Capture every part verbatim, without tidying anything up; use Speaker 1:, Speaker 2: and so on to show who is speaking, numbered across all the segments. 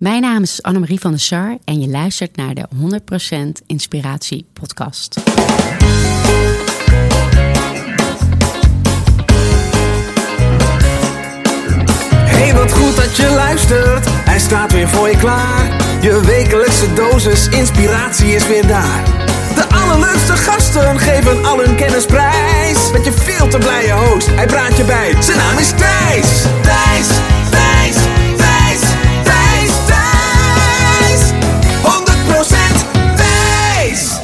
Speaker 1: Mijn naam is Annemarie van der Sar en je luistert naar de honderd procent Inspiratie podcast.
Speaker 2: Hey, wat goed dat je luistert. Hij staat weer voor je klaar. Je wekelijkse dosis inspiratie is weer daar. De allerleukste gasten geven al hun kennis prijs. Met je veel te blije host, hij praat je bij. Zijn naam is Thijs. Thijs, Thijs, Thijs, Thijs, Thijs. honderd procent Thijs.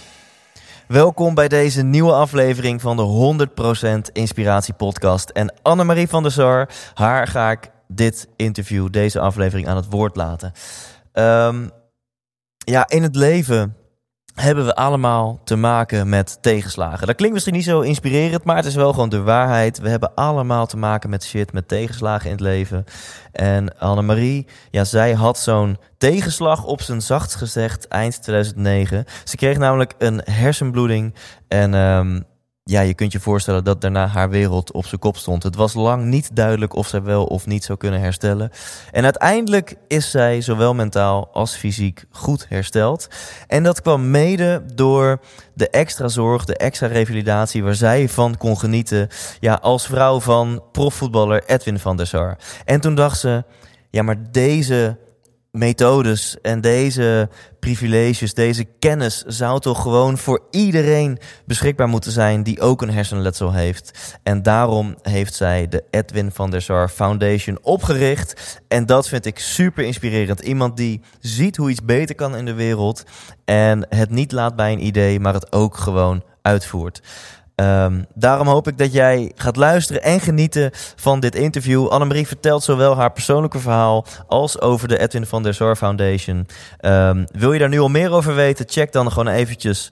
Speaker 3: Welkom bij deze nieuwe aflevering van de honderd procent Inspiratie podcast. En Annemarie van der Sar, haar ga ik dit interview, deze aflevering aan het woord laten. Um, ja, in het leven hebben we allemaal te maken met tegenslagen. Dat klinkt misschien niet zo inspirerend, maar het is wel gewoon de waarheid. We hebben allemaal te maken met shit, met tegenslagen in het leven. En Annemarie, ja, zij had zo'n tegenslag op zijn zachtst gezegd eind tweeduizend negen. Ze kreeg namelijk een hersenbloeding en um, ja, je kunt je voorstellen dat daarna haar wereld op zijn kop stond. Het was lang niet duidelijk of zij wel of niet zou kunnen herstellen. En uiteindelijk is zij zowel mentaal als fysiek goed hersteld. En dat kwam mede door de extra zorg, de extra revalidatie waar zij van kon genieten. Ja, als vrouw van profvoetballer Edwin van der Sar. En toen dacht ze, ja, maar deze methodes en deze privileges, deze kennis zou toch gewoon voor iedereen beschikbaar moeten zijn die ook een hersenletsel heeft. En daarom heeft zij de Edwin van der Sar Foundation opgericht. En dat vind ik super inspirerend. Iemand die ziet hoe iets beter kan in de wereld en het niet laat bij een idee, maar het ook gewoon uitvoert. Um, daarom hoop ik dat jij gaat luisteren en genieten van dit interview. Annemarie vertelt zowel haar persoonlijke verhaal als over de Edwin van der Sar Foundation. Um, wil je daar nu al meer over weten? Check dan gewoon eventjes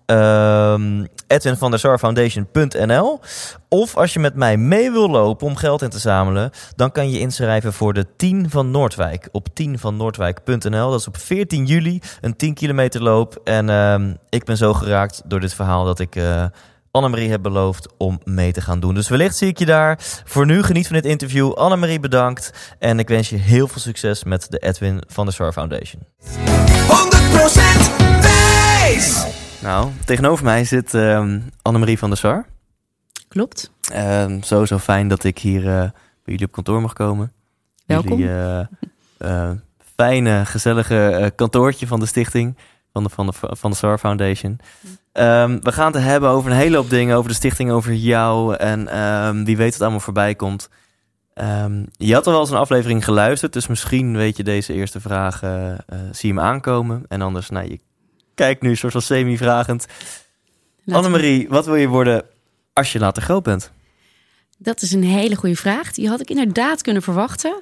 Speaker 3: um, edwin van der sar foundation punt n l. Of als je met mij mee wil lopen om geld in te zamelen, dan kan je inschrijven voor de tien van Noordwijk op tien van noordwijk punt n l. Dat is op veertien juli, een tien kilometer loop. En um, ik ben zo geraakt door dit verhaal dat ik Uh, Annemarie heeft beloofd om mee te gaan doen. Dus wellicht zie ik je daar. Voor nu geniet van dit interview. Annemarie bedankt. En ik wens je heel veel succes met de Edwin van der Sar Foundation.
Speaker 2: honderd procent Thijs.
Speaker 3: Nou, tegenover mij zit uh, Annemarie van der Sar.
Speaker 1: Klopt.
Speaker 3: Uh, sowieso fijn dat ik hier uh, bij jullie op kantoor mag komen.
Speaker 1: Welkom.
Speaker 3: Jullie uh, uh, fijne, gezellige uh, kantoortje van de stichting. Van de, van de, van de Sar Foundation. Um, we gaan het hebben over een hele hoop dingen. Over de stichting, over jou. En um, wie weet wat allemaal voorbij komt. Um, je had al wel eens een aflevering geluisterd. Dus misschien weet je deze eerste vraag. Uh, uh, zie je hem aankomen. En anders, nou, je kijkt nu soort van semi-vragend. Laten Annemarie, we... wat wil je worden als je later groot bent?
Speaker 1: Dat is een hele goede vraag. Die had ik inderdaad kunnen verwachten.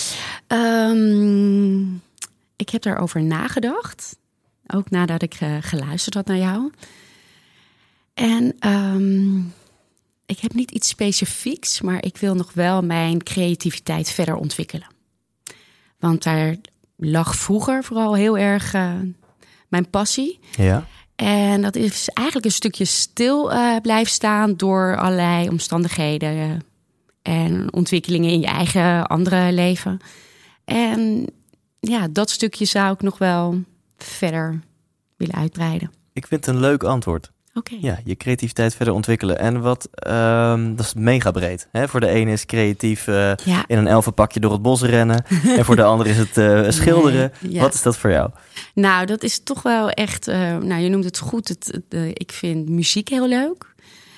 Speaker 1: Um, ik heb daarover nagedacht. Ook nadat ik uh, geluisterd had naar jou. En um, ik heb niet iets specifieks, maar ik wil nog wel mijn creativiteit verder ontwikkelen. Want daar lag vroeger vooral heel erg uh, mijn passie.
Speaker 3: Ja.
Speaker 1: En dat is eigenlijk een stukje stil uh, blijven staan door allerlei omstandigheden uh, en ontwikkelingen in je eigen andere leven. En ja, dat stukje zou ik nog wel verder willen uitbreiden.
Speaker 3: Ik vind het een leuk antwoord.
Speaker 1: Oké. Okay.
Speaker 3: Ja, je creativiteit verder ontwikkelen. En wat, um, dat is mega breed. Hè? Voor de ene is creatief uh, ja. in een elfenpakje door het bos rennen. En voor de andere is het uh, schilderen. Nee, ja. Wat is dat voor jou?
Speaker 1: Nou, dat is toch wel echt, uh, nou, je noemt het goed. Het, het, uh, ik vind muziek heel leuk.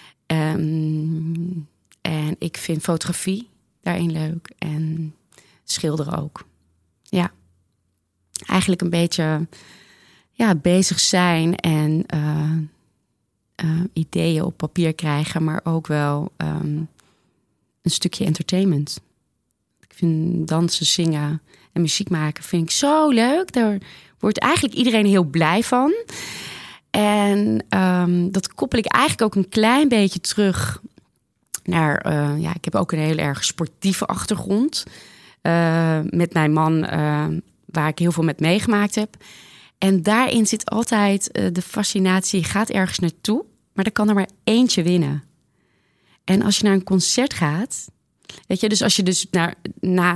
Speaker 1: Um, en ik vind fotografie daarin leuk. En schilderen ook. Ja. Eigenlijk een beetje ja, bezig zijn en uh, uh, ideeën op papier krijgen, maar ook wel um, een stukje entertainment. Ik vind dansen, zingen en muziek maken vind ik zo leuk. Daar wordt eigenlijk iedereen heel blij van. En um, dat koppel ik eigenlijk ook een klein beetje terug naar Uh, ja, ik heb ook een heel erg sportieve achtergrond. Uh, met mijn man Uh, waar ik heel veel met meegemaakt heb. En daarin zit altijd uh, de fascinatie, je gaat ergens naartoe, maar er kan er maar eentje winnen. En als je naar een concert gaat, weet je, dus als je dus naar, na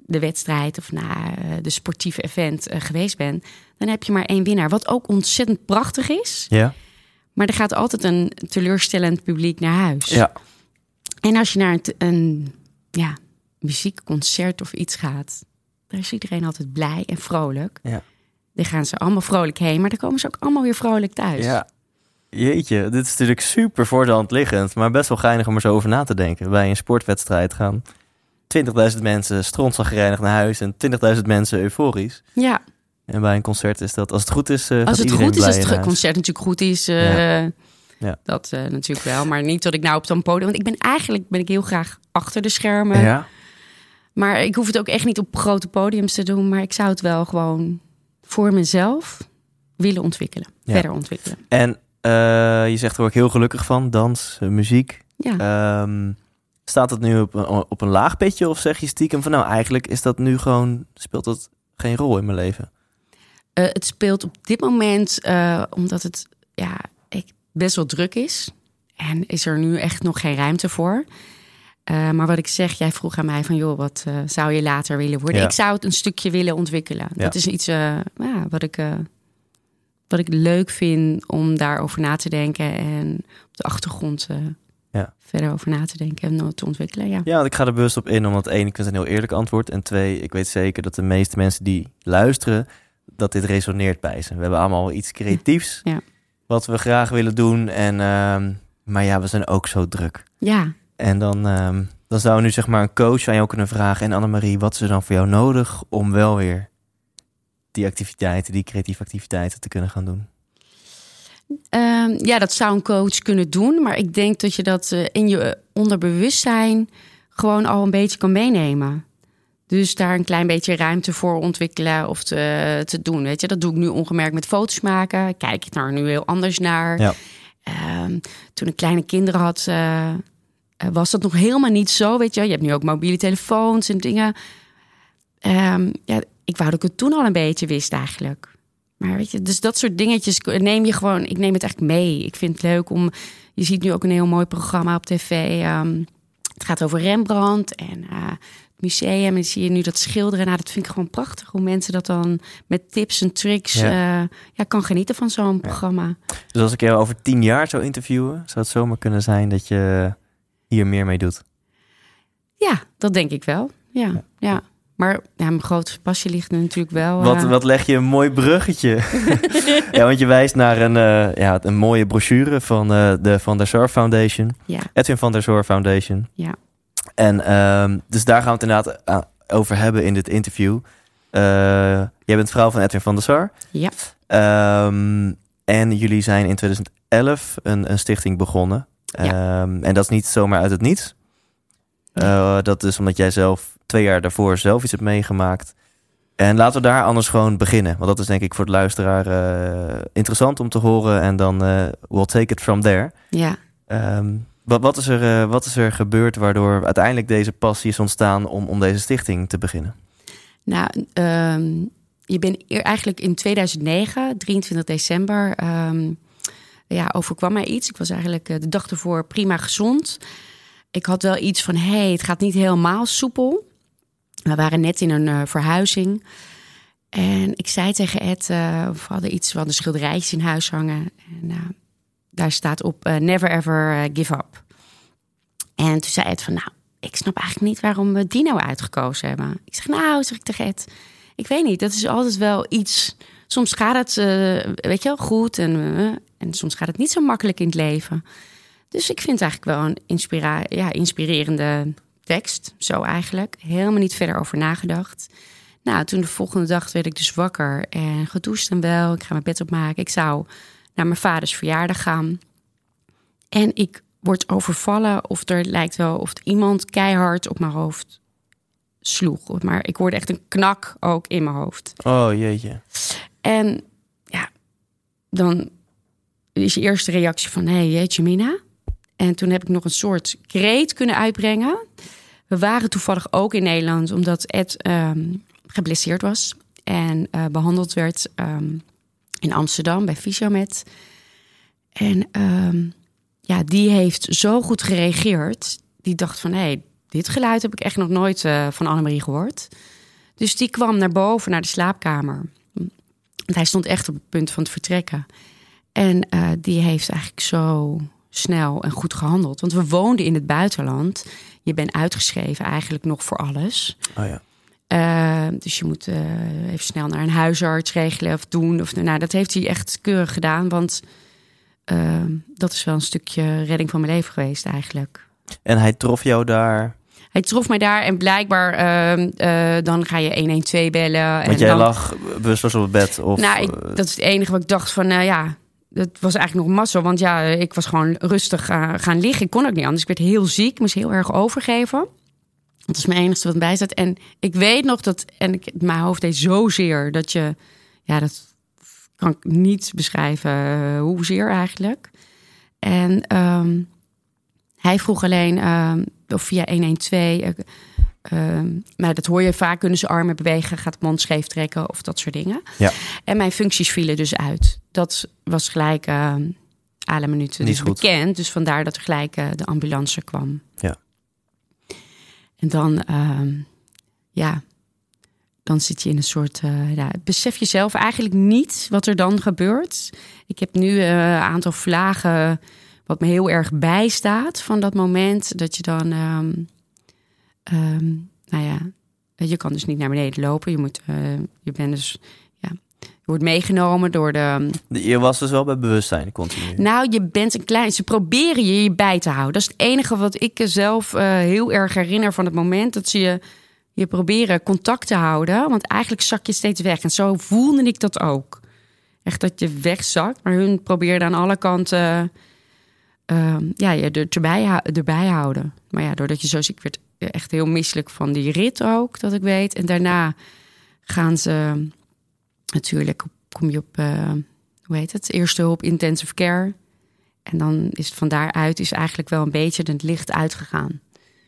Speaker 1: de wedstrijd of na uh, de sportieve event uh, geweest bent, dan heb je maar één winnaar. Wat ook ontzettend prachtig is.
Speaker 3: Ja.
Speaker 1: Maar er gaat altijd een teleurstellend publiek naar huis.
Speaker 3: Ja.
Speaker 1: En als je naar een, een ja, muziekconcert of iets gaat, daar is iedereen altijd blij en vrolijk.
Speaker 3: Ja.
Speaker 1: Dan gaan ze allemaal vrolijk heen, maar dan komen ze ook allemaal weer vrolijk thuis.
Speaker 3: Ja. Jeetje, dit is natuurlijk super voor de hand liggend, maar best wel geinig om er zo over na te denken. Bij een sportwedstrijd gaan twintigduizend mensen strontzagrijnig naar huis en twintigduizend mensen euforisch.
Speaker 1: Ja.
Speaker 3: En bij een concert is dat, als het goed is, uh,
Speaker 1: als het goed is, als het
Speaker 3: huis.
Speaker 1: concert natuurlijk goed is, uh,
Speaker 3: ja. Ja.
Speaker 1: dat uh, natuurlijk wel. Maar niet dat ik nou op zo'n podium, want ik ben eigenlijk ben ik heel graag achter de schermen.
Speaker 3: Ja.
Speaker 1: Maar ik hoef het ook echt niet op grote podiums te doen, maar ik zou het wel gewoon voor mezelf willen ontwikkelen,
Speaker 3: ja.
Speaker 1: verder ontwikkelen.
Speaker 3: En uh, je zegt er ook heel gelukkig van, dans, uh, muziek.
Speaker 1: Ja.
Speaker 3: Um, staat het nu op een, op een laag pitje of zeg je stiekem van nou eigenlijk is dat nu gewoon, speelt dat geen rol in mijn leven?
Speaker 1: Uh, het speelt op dit moment, uh, omdat het ja, best wel druk is. En is er nu echt nog geen ruimte voor. Uh, maar wat ik zeg, jij vroeg aan mij van joh, wat uh, zou je later willen worden?
Speaker 3: Ja.
Speaker 1: Ik zou het een stukje willen ontwikkelen.
Speaker 3: Ja.
Speaker 1: Dat is iets uh, ja, wat, ik, uh, wat ik leuk vind om daarover na te denken. En op de achtergrond uh, ja. verder over na te denken en te ontwikkelen. Ja,
Speaker 3: ja, want ik ga er bewust op in, omdat één, ik vind het een heel eerlijk antwoord. En twee, ik weet zeker dat de meeste mensen die luisteren, dat dit resoneert bij ze. We hebben allemaal iets creatiefs
Speaker 1: ja.
Speaker 3: wat we graag willen doen. En, uh, maar ja, we zijn ook zo druk.
Speaker 1: Ja.
Speaker 3: En dan, um, dan zou nu zeg maar een coach aan jou kunnen vragen. En Annemarie, wat is er dan voor jou nodig om wel weer die activiteiten, die creatieve activiteiten te kunnen gaan doen?
Speaker 1: Um, ja, dat zou een coach kunnen doen. Maar ik denk dat je dat uh, in je onderbewustzijn gewoon al een beetje kan meenemen. Dus daar een klein beetje ruimte voor ontwikkelen of te, te doen. Weet je, dat doe ik nu ongemerkt met foto's maken. Kijk ik daar nu heel anders naar.
Speaker 3: Ja.
Speaker 1: Um, toen ik kleine kinderen had, uh, was dat nog helemaal niet zo. Weet je, je hebt nu ook mobiele telefoons en dingen. Um, ja, ik wou dat ik het toen al een beetje wist eigenlijk. Maar weet je, dus dat soort dingetjes neem je gewoon. Ik neem het echt mee. Ik vind het leuk om. Je ziet nu ook een heel mooi programma op tv. Um, het gaat over Rembrandt en uh, het museum. En dan zie je nu dat schilderen. Nou, dat vind ik gewoon prachtig. Hoe mensen dat dan met tips en tricks ja. Uh, ja, kan genieten van zo'n ja. programma.
Speaker 3: Dus als ik jou over tien jaar zou interviewen, zou het zomaar kunnen zijn dat je hier meer mee doet?
Speaker 1: Ja, dat denk ik wel. Ja, ja. ja. Maar ja, mijn grote passie ligt er natuurlijk wel.
Speaker 3: Wat,
Speaker 1: uh...
Speaker 3: wat leg je een mooi bruggetje. Ja, want je wijst naar een, uh, ja, een mooie brochure van uh, de Van der Sar Foundation.
Speaker 1: Ja.
Speaker 3: Edwin van der Sar Foundation.
Speaker 1: Ja.
Speaker 3: En um, dus daar gaan we het inderdaad uh, over hebben in dit interview. Uh, jij bent vrouw van Edwin van der Sar.
Speaker 1: Ja.
Speaker 3: Um, en jullie zijn in twintig elf een, een stichting begonnen.
Speaker 1: Ja.
Speaker 3: Um, en dat is niet zomaar uit het niets. Uh, dat is omdat jij zelf twee jaar daarvoor zelf iets hebt meegemaakt. En laten we daar anders gewoon beginnen. Want dat is denk ik voor de luisteraar uh, interessant om te horen. En dan uh, we'll take it from there.
Speaker 1: Ja.
Speaker 3: Um, wat, wat, is er, uh, wat is er gebeurd waardoor uiteindelijk deze passie is ontstaan om, om deze stichting te beginnen?
Speaker 1: Nou, um, je bent eigenlijk in tweeduizend negen, drieëntwintig december... Um, ja, overkwam mij iets. Ik was eigenlijk uh, de dag ervoor prima gezond. Ik had wel iets van, hé, hey, het gaat niet helemaal soepel. We waren net in een uh, verhuizing. En ik zei tegen Ed, uh, we hadden iets van de schilderijtjes in huis hangen. En uh, daar staat op, uh, never ever uh, give up. En toen zei Ed van, nou, ik snap eigenlijk niet waarom we die nou uitgekozen hebben. Ik zeg, nou, zeg ik tegen Ed, ik weet niet, dat is altijd wel iets. Soms gaat het, uh, weet je wel, goed en, uh, en soms gaat het niet zo makkelijk in het leven. Dus ik vind het eigenlijk wel een inspira- ja, inspirerende tekst, zo eigenlijk. Helemaal niet verder over nagedacht. Nou, toen de volgende dag werd ik dus wakker en gedoucht en wel. Ik ga mijn bed opmaken. Ik zou naar mijn vaders verjaardag gaan. En ik word overvallen of er lijkt wel of iemand keihard op mijn hoofd sloeg. Maar ik hoorde echt een knak ook in mijn hoofd.
Speaker 3: Oh, jeetje.
Speaker 1: En ja, dan is je eerste reactie van, hé, hey, jeetje Mina. En toen heb ik nog een soort kreet kunnen uitbrengen. We waren toevallig ook in Nederland, omdat Ed um, geblesseerd was. En uh, behandeld werd um, in Amsterdam bij Fysiomed. En um, ja, die heeft zo goed gereageerd. Die dacht van, hé, hey, dit geluid heb ik echt nog nooit uh, van Annemarie gehoord. Dus die kwam naar boven, naar de slaapkamer. Want hij stond echt op het punt van het vertrekken. En uh, die heeft eigenlijk zo snel en goed gehandeld. Want we woonden in het buitenland. Je bent uitgeschreven eigenlijk nog voor alles.
Speaker 3: Oh ja.
Speaker 1: Uh, dus je moet uh, even snel naar een huisarts regelen of doen. Of, nou, dat heeft hij echt keurig gedaan. Want uh, dat is wel een stukje redding van mijn leven geweest eigenlijk.
Speaker 3: En hij trof jou daar?
Speaker 1: Hij trof mij daar en blijkbaar uh, uh, dan ga je honderdtwaalf bellen.
Speaker 3: Want
Speaker 1: en
Speaker 3: jij
Speaker 1: dan,
Speaker 3: lag bewusteloos op het bed? Of,
Speaker 1: nou, ik, dat is het enige wat ik dacht van, uh, ja, dat was eigenlijk nog mazzel. Want ja, ik was gewoon rustig uh, gaan liggen. Ik kon ook niet anders. Ik werd heel ziek, ik moest heel erg overgeven. Dat is mijn enigste wat mij staat. En ik weet nog dat, en ik, mijn hoofd deed zozeer dat je, ja, dat kan ik niet beschrijven uh, hoezeer eigenlijk. En um, hij vroeg alleen, uh, of via honderdtwaalf, uh, uh, maar dat hoor je vaak, kunnen ze armen bewegen, gaat de mond scheef trekken of dat soort dingen.
Speaker 3: Ja.
Speaker 1: En mijn functies vielen dus uit. Dat was gelijk uh, alle minuten dus bekend. Dus vandaar dat er gelijk uh, de ambulance kwam.
Speaker 3: Ja.
Speaker 1: En dan, uh, ja, dan zit je in een soort, uh, ja, besef je zelf eigenlijk niet wat er dan gebeurt. Ik heb nu een uh, aantal vlagen wat me heel erg bijstaat van dat moment. Dat je dan, um, um, nou ja, je kan dus niet naar beneden lopen. Je moet, uh, je bent dus, ja, je wordt meegenomen door de...
Speaker 3: Je was dus wel bij bewustzijn continu?
Speaker 1: Nou, je bent een klein... Ze proberen je je bij te houden. Dat is het enige wat ik zelf uh, heel erg herinner van het moment. Dat ze je, je proberen contact te houden. Want eigenlijk zak je steeds weg. En zo voelde ik dat ook. Echt dat je wegzakt. Maar hun probeerden aan alle kanten... Uh, ja, je er, erbij, erbij houden. Maar ja, doordat je zo ziek werd... echt heel misselijk van die rit ook, dat ik weet. En daarna gaan ze... Natuurlijk kom je op, uh, hoe heet het? Eerste hulp, intensive care. En dan is het van daaruit is eigenlijk wel een beetje het licht uitgegaan.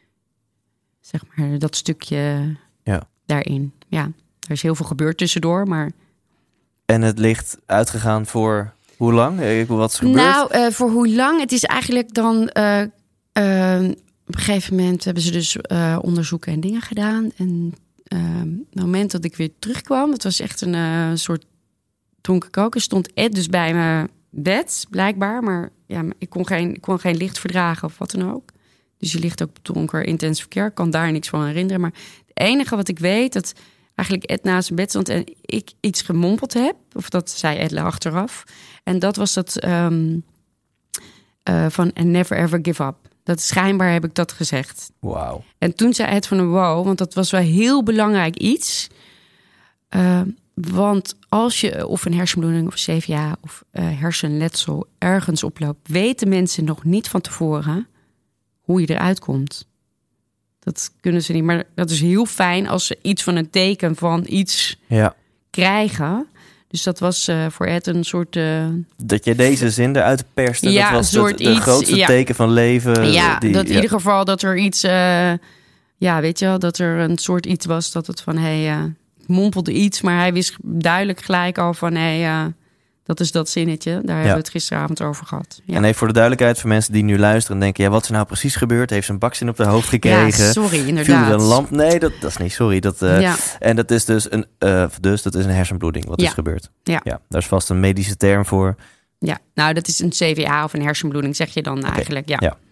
Speaker 1: Zeg maar, dat stukje
Speaker 3: ja.
Speaker 1: daarin. Ja, er is heel veel gebeurd tussendoor, maar...
Speaker 3: En het licht uitgegaan voor hoe lang? Wat is gebeurd?
Speaker 1: Nou, uh, voor hoe lang? Het is eigenlijk dan... Uh, uh, op een gegeven moment hebben ze dus uh, onderzoeken en dingen gedaan. En uh, het moment dat ik weer terugkwam... het was echt een uh, soort dronken koken. Stond Ed dus bij mijn bed, blijkbaar. Maar ja, ik kon geen, ik kon geen licht verdragen of wat dan ook. Dus je ligt ook donker, intensive care. Ik kan daar niks van herinneren. Maar het enige wat ik weet... dat eigenlijk Ed naast zijn bed stond... en ik iets gemompeld heb. Of dat zei Ed achteraf. En dat was dat um, uh, van... and never ever give up. Dat schijnbaar heb ik dat gezegd.
Speaker 3: Wauw.
Speaker 1: En toen zei Ed van een wow, want dat was wel heel belangrijk iets. Uh, want als je of een hersenbloeding of C V A of uh, hersenletsel ergens oploopt... weten mensen nog niet van tevoren hoe je eruit komt. Dat kunnen ze niet. Maar dat is heel fijn als ze iets van een teken van iets
Speaker 3: ja.
Speaker 1: krijgen... Dus dat was uh, voor Ed een soort... Uh...
Speaker 3: Dat je deze zin eruit perste,
Speaker 1: ja,
Speaker 3: dat was
Speaker 1: soort
Speaker 3: het de
Speaker 1: iets,
Speaker 3: grootste
Speaker 1: ja.
Speaker 3: teken van leven.
Speaker 1: Ja,
Speaker 3: die,
Speaker 1: dat in
Speaker 3: ja.
Speaker 1: ieder geval dat er iets... Uh, ja, weet je wel, dat er een soort iets was dat het van... Hey, uh, ik mompelde iets, maar hij wist duidelijk gelijk al van... Hey, uh, dat is dat zinnetje, daar ja. hebben we het gisteravond over gehad. Ja.
Speaker 3: En even voor de duidelijkheid voor mensen die nu luisteren... en denken, ja, wat is er nou precies gebeurd? Heeft ze een baksteen op de hoofd gekregen?
Speaker 1: Ja, sorry, inderdaad.
Speaker 3: Viel er een lamp? Nee, dat, dat is niet, sorry. Dat, uh, ja. En dat is dus een, uh, dus dat is een hersenbloeding, wat ja. is gebeurd.
Speaker 1: Ja.
Speaker 3: ja. Daar is vast een medische term voor.
Speaker 1: Ja, nou, dat is een C V A of een hersenbloeding, zeg je dan okay. eigenlijk. Ja.
Speaker 3: ja,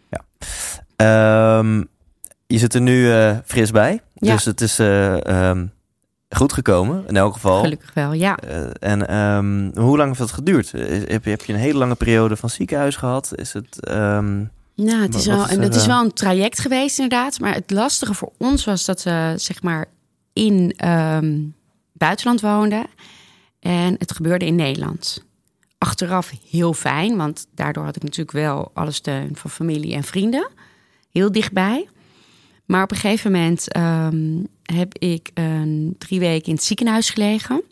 Speaker 3: ja. Um, je zit er nu uh, fris bij,
Speaker 1: ja.
Speaker 3: dus het is... Uh, um, goed gekomen, in elk geval.
Speaker 1: Gelukkig wel, ja.
Speaker 3: Uh, en um, hoe lang heeft dat geduurd? Heb je, heb je een hele lange periode van ziekenhuis gehad? Is het... Um,
Speaker 1: nou, het is, wel, is er, het is wel een traject geweest inderdaad. Maar het lastige voor ons was dat we zeg maar in um, buitenland woonden. En het gebeurde in Nederland. Achteraf heel fijn, want daardoor had ik natuurlijk wel alle steun van familie en vrienden. Heel dichtbij. Maar op een gegeven moment um, heb ik een drie weken in het ziekenhuis gelegen.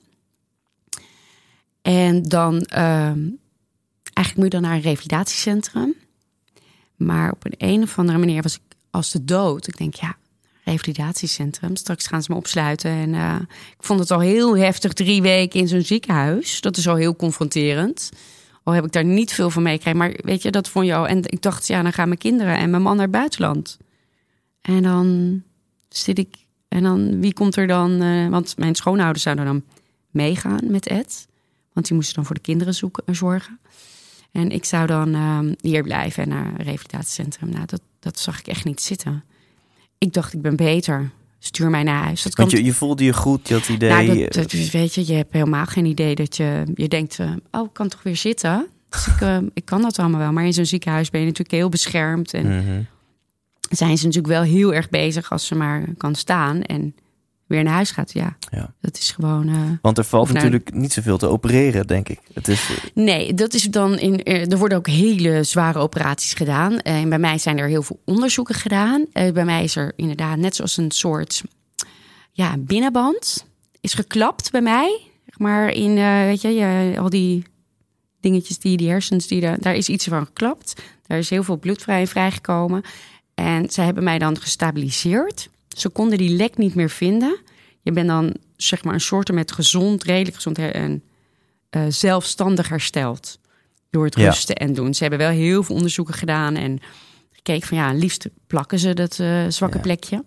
Speaker 1: En dan, um, eigenlijk moet je dan naar een revalidatiecentrum. Maar op een, een of andere manier was ik als de dood. Ik denk, ja, revalidatiecentrum, straks gaan ze me opsluiten. En uh, ik vond het al heel heftig, drie weken in zo'n ziekenhuis. Dat is al heel confronterend. Al heb ik daar niet veel van meegekregen. Maar weet je, dat vond je al. En ik dacht, ja, dan gaan mijn kinderen en mijn man naar het buitenland. En dan zit ik En dan, wie komt er dan... Uh, want mijn schoonouders zouden dan meegaan met Ed. Want die moesten dan voor de kinderen zoeken, zorgen. En ik zou dan uh, hier blijven en naar een revalidatiecentrum. Nou, dat, dat zag ik echt niet zitten. Ik dacht, ik ben beter. Stuur mij naar huis. Dat
Speaker 3: Want
Speaker 1: kan...
Speaker 3: je, je voelde je goed, je had het idee...
Speaker 1: Nou, dat, dat, weet je, je hebt helemaal geen idee dat je... Je denkt, uh, oh, ik kan toch weer zitten? Dus ik, uh, ik kan dat allemaal wel. Maar in zo'n ziekenhuis ben je natuurlijk heel beschermd. En
Speaker 3: mm-hmm.
Speaker 1: zijn ze natuurlijk wel heel erg bezig als ze maar kan staan... en weer naar huis gaat, ja.
Speaker 3: ja.
Speaker 1: Dat is gewoon... Uh,
Speaker 3: Want er valt natuurlijk
Speaker 1: nou,
Speaker 3: niet zoveel te opereren, denk ik. Het is...
Speaker 1: Nee, dat is dan... In, er worden ook hele zware operaties gedaan. En bij mij zijn er heel veel onderzoeken gedaan. Uh, bij mij is er inderdaad net zoals een soort... Ja, binnenband is geklapt bij mij. Maar in, uh, weet je, je, al die dingetjes, die, die hersens, die de, daar is iets van geklapt. Daar is heel veel bloed vrij vrijgekomen. En ze hebben mij dan gestabiliseerd. Ze konden die lek niet meer vinden. Je bent dan, zeg maar, een soort met gezond, redelijk gezond en uh, zelfstandig hersteld. Door het rusten ja. en doen. Ze hebben wel heel veel onderzoeken gedaan. En gekeken van, ja, liefst plakken ze dat uh, zwakke ja. plekje.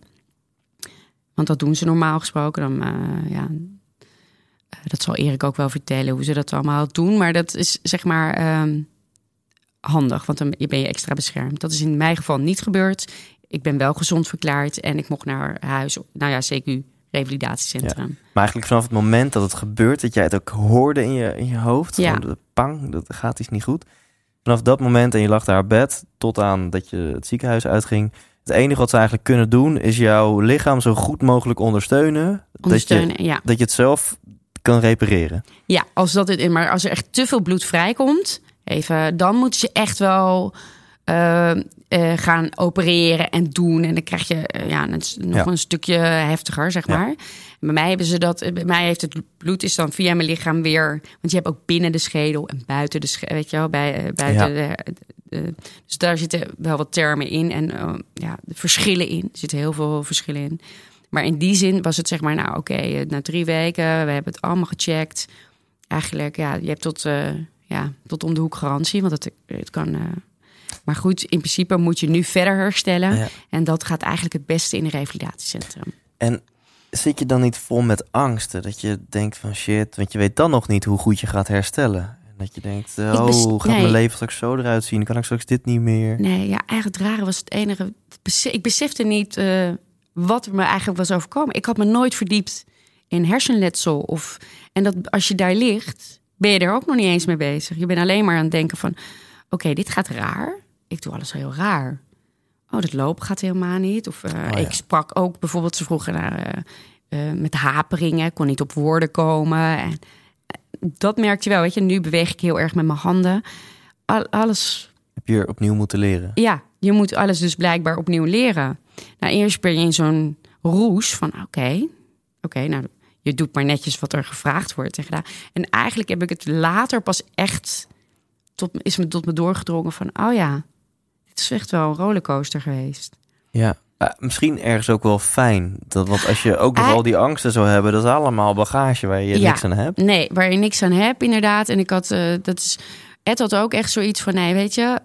Speaker 1: Want dat doen ze normaal gesproken. Dan, uh, ja, uh, dat zal Erik ook wel vertellen hoe ze dat allemaal doen. Maar dat is, zeg maar, um, handig. Want dan ben je extra beschermd. Dat is in mijn geval niet gebeurd. Ik ben wel gezond verklaard en ik mocht naar huis, nou ja, C Q, revalidatiecentrum. Ja.
Speaker 3: Maar eigenlijk vanaf het moment dat het gebeurt, dat jij het ook hoorde in je, in je hoofd,
Speaker 1: ja.
Speaker 3: gewoon de pang, dat gaat iets niet goed. Vanaf dat moment en je lag daar op bed, tot aan dat je het ziekenhuis uitging. Het enige wat ze eigenlijk kunnen doen, is jouw lichaam zo goed mogelijk ondersteunen.
Speaker 1: Ondersteunen,
Speaker 3: dat je,
Speaker 1: ja.
Speaker 3: Dat je het zelf kan repareren.
Speaker 1: Ja, als dat het, maar als er echt te veel bloed vrijkomt, even, dan moeten ze echt wel... Uh, uh, gaan opereren en doen. En dan krijg je uh, ja, nog ja. een stukje heftiger, zeg maar. Ja. Bij mij hebben ze dat. Bij mij heeft het bloed is dan via mijn lichaam weer. Want je hebt ook binnen de schedel en buiten de schedel. Weet je wel, bij, uh, buiten ja. de, de. Dus daar zitten wel wat termen in. En uh, ja, de verschillen in. Er zitten heel veel verschillen in. Maar in die zin was het zeg maar, nou oké, okay, uh, na drie weken, we hebben het allemaal gecheckt. Eigenlijk, ja, je hebt tot, uh, ja, tot om de hoek garantie. Want het, het kan. Uh, Maar goed, in principe moet je nu verder herstellen. Ja. En dat gaat eigenlijk het beste in een revalidatiecentrum.
Speaker 3: En zit je dan niet vol met angsten? Dat je denkt van shit, want je weet dan nog niet hoe goed je gaat herstellen. En dat je denkt, oh, bes- gaat nee. mijn leven straks zo eruit zien? Kan ik straks dit niet meer?
Speaker 1: Nee, ja, eigenlijk het rare was het enige... Ik besefte niet uh, wat er me eigenlijk was overkomen. Ik had me nooit verdiept in hersenletsel. Of, en dat als je daar ligt, ben je er ook nog niet eens mee bezig. Je bent alleen maar aan het denken van... Oké, okay, dit gaat raar. Ik doe alles heel raar. Oh, dat lopen gaat helemaal niet. Of uh, oh, ja. ik sprak ook bijvoorbeeld, ze vroegen naar uh, uh, met haperingen, kon niet op woorden komen. En, uh, dat merkte je wel, weet je. Nu beweeg ik heel erg met mijn handen. Al, alles.
Speaker 3: Heb je er opnieuw moeten leren?
Speaker 1: Ja, je moet alles dus blijkbaar opnieuw leren. Nou, eerst ben je in zo'n roes van, oké, okay, oké, okay, nou, je doet maar netjes wat er gevraagd wordt en gedaan. En eigenlijk heb ik het later pas echt, tot, is me tot me doorgedrongen van, oh ja. Het is echt wel een rollercoaster geweest.
Speaker 3: Ja, uh, misschien ergens ook wel fijn. Dat, want als je ook nog uh, al die angsten zou hebben... dat is allemaal bagage waar je
Speaker 1: ja,
Speaker 3: niks aan hebt.
Speaker 1: Nee, waar je niks aan hebt, inderdaad. En ik had, uh, dat is... Ed had ook echt zoiets van... nee, weet je...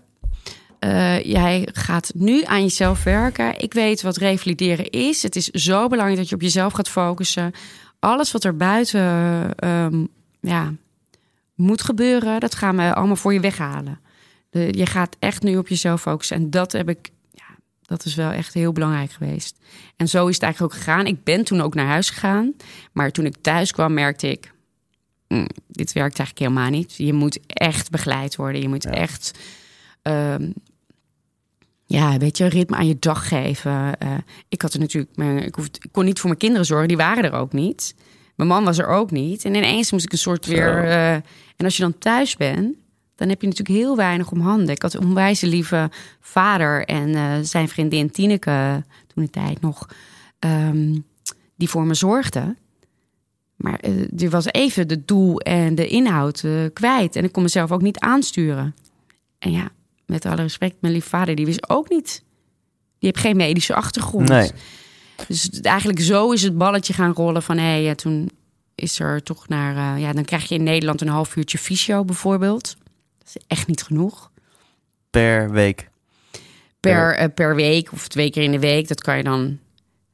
Speaker 1: Uh, jij gaat nu aan jezelf werken. Ik weet wat revalideren is. Het is zo belangrijk dat je op jezelf gaat focussen. Alles wat er buiten um, ja, moet gebeuren... dat gaan we allemaal voor je weghalen. De, je gaat echt nu op jezelf focussen. En dat heb ik, ja, dat is wel echt heel belangrijk geweest. En zo is het eigenlijk ook gegaan. Ik ben toen ook naar huis gegaan. Maar toen ik thuis kwam, merkte ik... Mm, dit werkt eigenlijk helemaal niet. Je moet echt begeleid worden. Je moet ja. echt... Um, ja, weet je, ritme aan je dag geven. Uh, ik had er natuurlijk... Mijn, ik, hoefde, ik kon niet voor mijn kinderen zorgen. Die waren er ook niet. Mijn man was er ook niet. En ineens moest ik een soort weer... Uh, en als je dan thuis bent... dan heb je natuurlijk heel weinig om handen. Ik had een onwijs lieve vader en uh, zijn vriendin Tineke... toen de tijd nog, um, die voor me zorgde. Maar uh, die was even de doel en de inhoud uh, kwijt. En ik kon mezelf ook niet aansturen. En ja, met alle respect, mijn lieve vader, die wist ook niet... die heeft geen medische achtergrond.
Speaker 3: Nee.
Speaker 1: Dus eigenlijk zo is het balletje gaan rollen van... hé, hey, ja, toen is er toch naar... Uh, ja, dan krijg je in Nederland een half uurtje fysio bijvoorbeeld... Dat is echt niet genoeg.
Speaker 3: Per week?
Speaker 1: Per, uh, per week of twee keer in de week. Dat kan je dan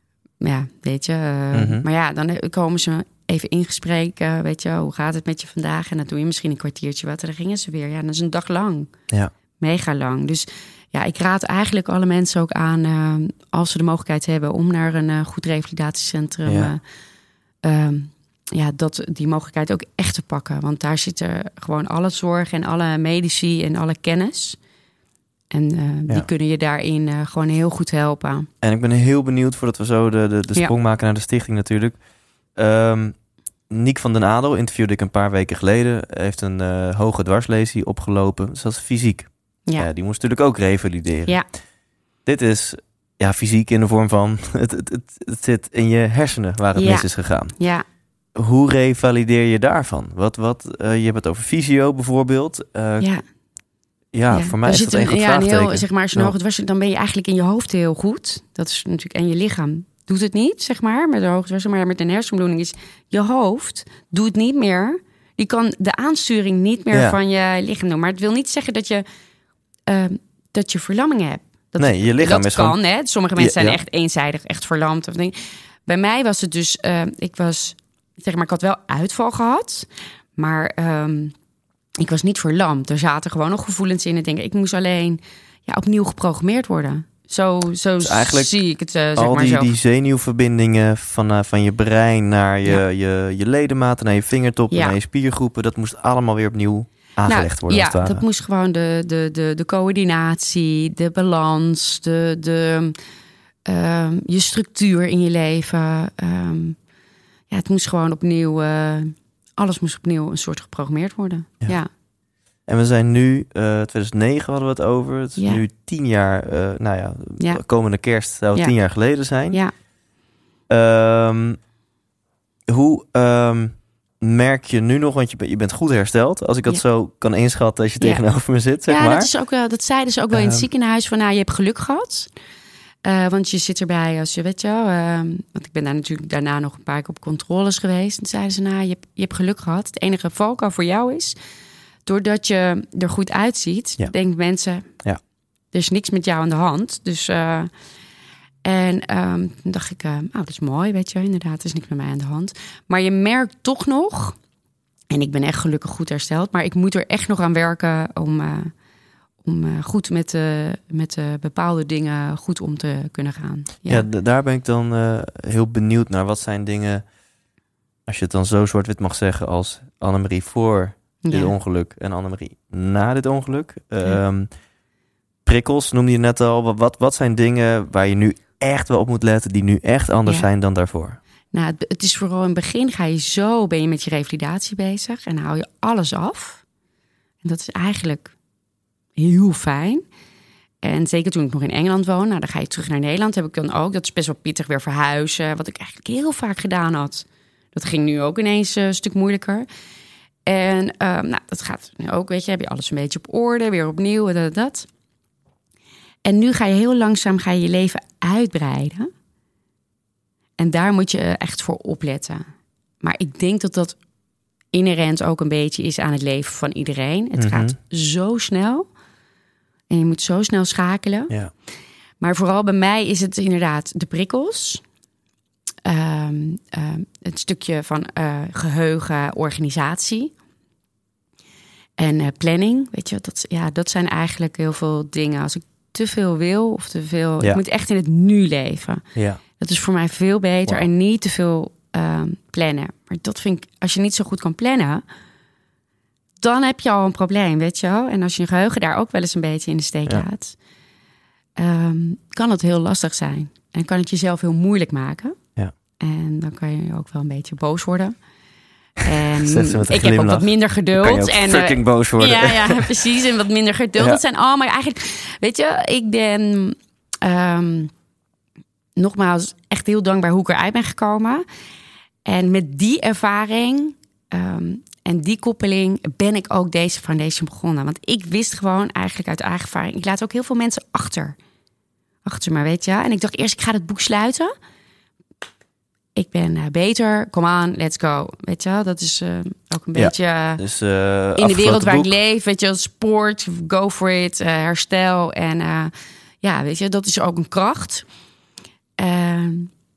Speaker 1: ja, weet je. Uh, mm-hmm. Maar ja, dan komen ze even in gesprek. Uh, weet je, hoe gaat het met je vandaag? En dan doe je misschien een kwartiertje wat. En dan gingen ze weer. Ja, dat is een dag lang.
Speaker 3: Ja.
Speaker 1: Mega lang. Dus ja, ik raad eigenlijk alle mensen ook aan, uh, als ze de mogelijkheid hebben, om naar een uh, goed revalidatiecentrum. Ja. Uh, um, ja, dat die mogelijkheid ook echt te pakken. Want daar zitten gewoon alle zorg en alle medici en alle kennis. En uh, ja. die kunnen je daarin uh, gewoon heel goed helpen.
Speaker 3: En ik ben heel benieuwd, voordat we zo de, de, de sprong ja. maken naar de stichting natuurlijk. Um, Niek van den Adel interviewde ik een paar weken geleden. Heeft een uh, hoge dwarslesie opgelopen. Dus dat is fysiek. Ja. Uh, die moest natuurlijk ook revalideren.
Speaker 1: Ja.
Speaker 3: Dit is ja, fysiek in de vorm van... Het, het, het, het zit in je hersenen waar het ja. mis is gegaan.
Speaker 1: Ja.
Speaker 3: Hoe revalideer je daarvan? Wat, wat, uh, je hebt het over fysio bijvoorbeeld. Uh, ja. Ja, ja, voor mij is dat een groot ja, vraagteken.
Speaker 1: Heel, zeg maar, als je hoog dwars, dan ben je eigenlijk in je hoofd heel goed. Dat is natuurlijk, en je lichaam doet het niet, zeg maar, met een hoogdwars. Maar met een hersenbloeding is je hoofd doet niet meer. Die kan de aansturing niet meer ja. van je lichaam doen. Maar het wil niet zeggen dat je, uh, dat je verlamming hebt. Dat,
Speaker 3: nee, je lichaam
Speaker 1: dat
Speaker 3: is
Speaker 1: kan,
Speaker 3: gewoon...
Speaker 1: hè. Sommige mensen zijn
Speaker 3: ja.
Speaker 1: echt eenzijdig, echt verlamd. Of dingen. Bij mij was het dus, uh, ik was, zeg maar, ik had wel uitval gehad, maar... Um, ik was niet verlamd. Er zaten gewoon nog gevoelens in. Ik denk, ik moest alleen ja, opnieuw geprogrammeerd worden. Zo, zo dus zie ik het. Uh, zeg
Speaker 3: al
Speaker 1: maar
Speaker 3: die,
Speaker 1: zo.
Speaker 3: die zenuwverbindingen van, uh, van je brein naar je, ja. je, je ledematen, naar je vingertoppen, ja. naar je spiergroepen. Dat moest allemaal weer opnieuw aangelegd nou, worden.
Speaker 1: Ja, dat moest gewoon de, de, de, de coördinatie, de balans, de, de, uh, je structuur in je leven. Um, ja, het moest gewoon opnieuw... Uh, Alles moest opnieuw een soort geprogrammeerd worden. Ja. ja.
Speaker 3: En we zijn nu, uh, tweeduizend negen hadden we het over. Het is ja. nu tien jaar, uh, nou ja, ja, komende kerst zou ja. tien jaar geleden zijn.
Speaker 1: Ja.
Speaker 3: Um, hoe um, merk je nu nog, want je, je bent goed hersteld. Als ik dat ja. zo kan inschatten als je ja. tegenover me zit, zeg
Speaker 1: ja,
Speaker 3: maar.
Speaker 1: Ja, dat, is ook wel, dat zeiden ze ook wel in het um, ziekenhuis. Van, nou, je hebt geluk gehad. Uh, want je zit erbij als je, weet je wel... Uh, want ik ben daar natuurlijk daarna nog een paar keer op controles geweest. En zeiden ze, nou, je hebt, je hebt geluk gehad. Het enige valkuil voor jou is... doordat je er goed uitziet, ja. denken mensen...
Speaker 3: Ja.
Speaker 1: er is niks met jou aan de hand. Dus, uh, en um, toen dacht ik, uh, oh, dat is mooi, weet je. Inderdaad, er is niks met mij aan de hand. Maar je merkt toch nog... en ik ben echt gelukkig goed hersteld... maar ik moet er echt nog aan werken om... Uh, om uh, goed met, uh, met uh, bepaalde dingen goed om te kunnen gaan. Ja,
Speaker 3: ja d- daar ben ik dan uh, heel benieuwd naar. Wat zijn dingen, als je het dan zo zwart-wit mag zeggen... als Annemarie voor dit ja. ongeluk en Annemarie na dit ongeluk. Ja. Um, prikkels noemde je net al. Wat, wat zijn dingen waar je nu echt wel op moet letten... die nu echt anders ja. zijn dan daarvoor?
Speaker 1: Nou, het, het is vooral in het begin ga je zo... ben je met je revalidatie bezig en hou je alles af. En dat is eigenlijk... heel fijn. En zeker toen ik nog in Engeland woon, nou, dan ga je terug naar Nederland. Heb ik dan ook. Dat is best wel pittig weer verhuizen. Wat ik eigenlijk heel vaak gedaan had. Dat ging nu ook ineens een stuk moeilijker. En uh, nou, dat gaat nu ook, weet je, heb je alles een beetje op orde, weer opnieuw en dat, dat. En nu ga je heel langzaam ga je, je leven uitbreiden. En daar moet je echt voor opletten. Maar ik denk dat dat inherent ook een beetje is aan het leven van iedereen. Het mm-hmm. gaat zo snel. En je moet zo snel schakelen.
Speaker 3: Ja.
Speaker 1: Maar vooral bij mij is het inderdaad de prikkels. Um, um, het stukje van uh, geheugen, organisatie. En uh, planning. Weet je, dat, ja, dat zijn eigenlijk heel veel dingen. Als ik te veel wil of te veel... Ja. Ik moet echt in het nu leven.
Speaker 3: Ja.
Speaker 1: Dat is voor mij veel beter. Wow. En niet te veel um, plannen. Maar dat vind ik... Als je niet zo goed kan plannen... dan heb je al een probleem, weet je wel. En als je je geheugen daar ook wel eens een beetje in de steek ja. laat... Um, kan het heel lastig zijn. En kan het jezelf heel moeilijk maken.
Speaker 3: Ja.
Speaker 1: En dan kan je ook wel een beetje boos worden. En ik
Speaker 3: heb
Speaker 1: ook wat minder geduld.
Speaker 3: Kan je ook
Speaker 1: en
Speaker 3: fucking uh, boos worden.
Speaker 1: Ja, ja, precies. En wat minder geduld. Ja. Dat zijn allemaal eigenlijk... Weet je, ik ben... Um, nogmaals, echt heel dankbaar hoe ik eruit ben gekomen. En met die ervaring... Um, en die koppeling ben ik ook deze foundation begonnen. Want ik wist gewoon eigenlijk uit eigen ervaring... ik laat ook heel veel mensen achter. Achter me, weet je. En ik dacht eerst, ik ga het boek sluiten. Ik ben uh, beter, kom aan, let's go. Weet je, dat is uh, ook een ja, beetje... Uh,
Speaker 3: dus, uh,
Speaker 1: in de wereld waar
Speaker 3: boek.
Speaker 1: ik leef, weet je, sport, go for it, uh, herstel. En uh, ja, weet je, dat is ook een kracht. Uh,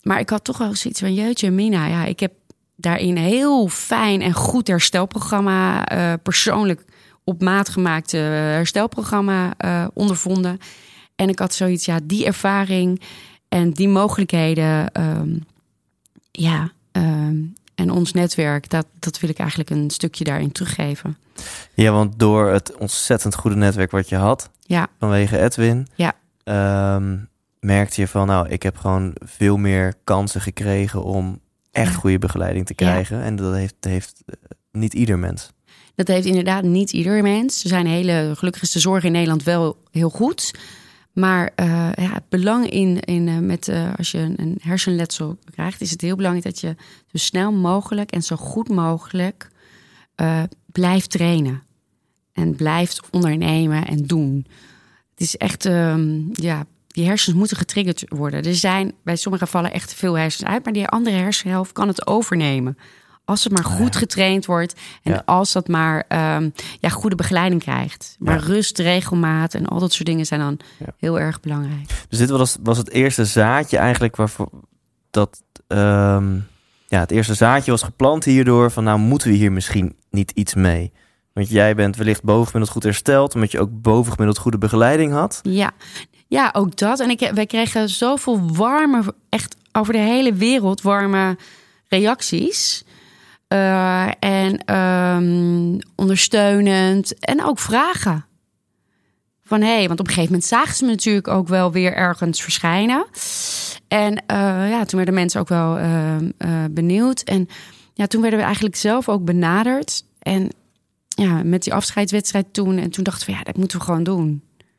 Speaker 1: maar ik had toch wel zoiets van, jeetje Mina, ja, ik heb daarin een heel fijn en goed herstelprogramma, uh, persoonlijk op maat gemaakte herstelprogramma uh, ondervonden. En ik had zoiets, ja, die ervaring en die mogelijkheden, um, ja, um, en ons netwerk, dat, dat wil ik eigenlijk een stukje daarin teruggeven.
Speaker 3: Ja, want door het ontzettend goede netwerk wat je had,
Speaker 1: ja.
Speaker 3: vanwege Edwin,
Speaker 1: ja.
Speaker 3: um, merkte je van, nou, ik heb gewoon veel meer kansen gekregen om echt
Speaker 1: ja.
Speaker 3: goede begeleiding te krijgen.
Speaker 1: Ja.
Speaker 3: En dat heeft, heeft niet ieder mens.
Speaker 1: Dat heeft inderdaad niet ieder mens. Er zijn hele, gelukkig is de zorg in Nederland wel heel goed. Maar uh, ja, het belang in, in uh, met, uh, als je een hersenletsel krijgt, is het heel belangrijk dat je zo snel mogelijk en zo goed mogelijk uh, blijft trainen. En blijft ondernemen en doen. Het is echt, um, ja, die hersens moeten getriggerd worden. Er zijn bij sommige gevallen echt veel hersens uit, maar die andere hersenhelft kan het overnemen. Als het maar goed getraind wordt en ja. als dat maar um, ja, goede begeleiding krijgt. Maar ja. rust, regelmaat en al dat soort dingen zijn dan ja. heel erg belangrijk.
Speaker 3: Dus dit was, was het eerste zaadje eigenlijk waarvoor dat um, ja, het eerste zaadje was geplant hierdoor van nou moeten we hier misschien niet iets mee. Want jij bent wellicht bovengemiddeld goed hersteld, omdat je ook bovengemiddeld goede begeleiding had.
Speaker 1: Ja, ja ook dat. En ik, wij kregen zoveel warme, echt over de hele wereld warme reacties. Uh, en um, ondersteunend en ook vragen. Van hé, hey, want op een gegeven moment zagen ze me natuurlijk ook wel weer ergens verschijnen. En uh, ja, toen werden mensen ook wel uh, uh, benieuwd. En ja, toen werden we eigenlijk zelf ook benaderd. En ja, met die afscheidswedstrijd toen. En toen dachten we, ja, dat moeten we gewoon doen.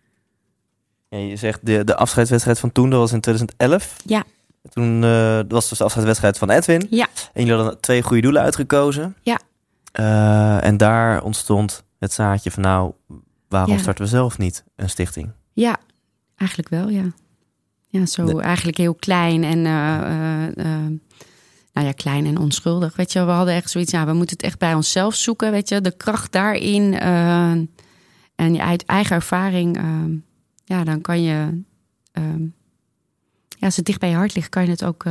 Speaker 3: Ja, je zegt de, de afscheidswedstrijd van toen, dat was in twintig elf.
Speaker 1: Ja.
Speaker 3: Toen uh, was dus de afscheidswedstrijd van Edwin.
Speaker 1: Ja.
Speaker 3: En jullie hadden twee goede doelen uitgekozen.
Speaker 1: Ja.
Speaker 3: Uh, en daar ontstond het zaadje van nou, waarom ja. starten we zelf niet een stichting?
Speaker 1: Ja, eigenlijk wel, ja. Ja, zo de... eigenlijk heel klein en uh, uh, uh, nou ja, klein en onschuldig. Weet je, we hadden echt zoiets, ja, we moeten het echt bij onszelf zoeken, weet je, de kracht daarin uh, en je uit eigen ervaring, uh, ja, dan kan je. Uh, Ja, als het dicht bij je hart ligt, kan je het ook uh,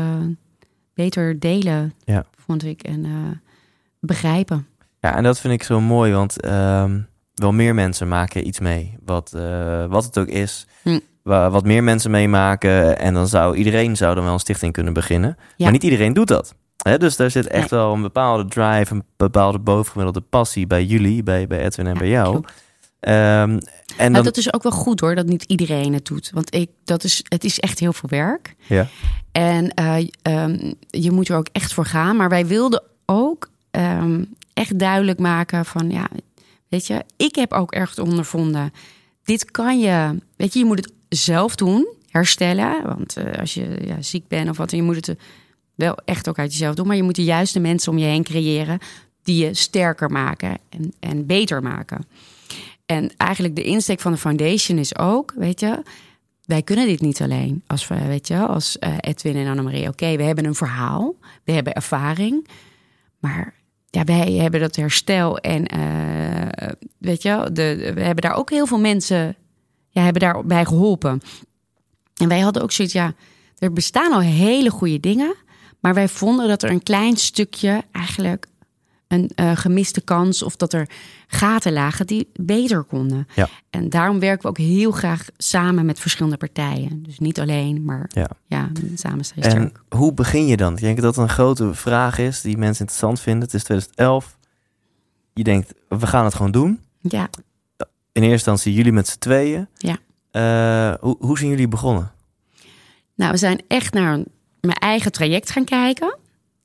Speaker 1: beter delen,
Speaker 3: ja. vond
Speaker 1: ik, en uh, begrijpen.
Speaker 3: Ja, en dat vind ik zo mooi, want uh, wel meer mensen maken iets mee. Wat, uh, wat het ook is, hm. wat meer mensen meemaken. En dan zou iedereen zou dan wel een stichting kunnen beginnen. Ja. Maar niet iedereen doet dat. He, dus daar zit echt nee. wel een bepaalde drive, een bepaalde bovengemiddelde passie bij jullie, bij, bij Edwin en ja, bij jou. Klopt. Um, en dan...
Speaker 1: nou, dat is ook wel goed hoor, dat niet iedereen het doet. Want ik, dat is, het is echt heel veel werk.
Speaker 3: Ja.
Speaker 1: En uh, um, je moet er ook echt voor gaan. Maar wij wilden ook um, echt duidelijk maken van... ja, weet je, ik heb ook echt ondervonden. Dit kan je... Weet je, je moet het zelf doen, herstellen. Want uh, als je ja, ziek bent of wat... je moet het wel echt ook uit jezelf doen. Maar je moet de juiste mensen om je heen creëren... die je sterker maken en, en beter maken. En eigenlijk de insteek van de foundation is ook, weet je, wij kunnen dit niet alleen. Als we, weet je, als uh, Edwin en Annemarie, oké, okay, we hebben een verhaal, we hebben ervaring, maar ja, wij hebben dat herstel en uh, weet je, de, we hebben daar ook heel veel mensen, ja, hebben daarbij geholpen. En wij hadden ook zoiets, ja, er bestaan al hele goede dingen, maar wij vonden dat er een klein stukje eigenlijk een uh, gemiste kans of dat er gaten lagen die beter konden.
Speaker 3: Ja.
Speaker 1: En daarom werken we ook heel graag samen met verschillende partijen. Dus niet alleen, maar ja, ja samen sterk.
Speaker 3: En hoe begin je dan? Ik denk dat dat een grote vraag is die mensen interessant vinden. Het is twintig elf. Je denkt, we gaan het gewoon doen.
Speaker 1: Ja.
Speaker 3: In eerste instantie jullie met z'n tweeën.
Speaker 1: Ja.
Speaker 3: Uh, hoe, hoe zijn jullie begonnen?
Speaker 1: Nou, we zijn echt naar mijn eigen traject gaan kijken.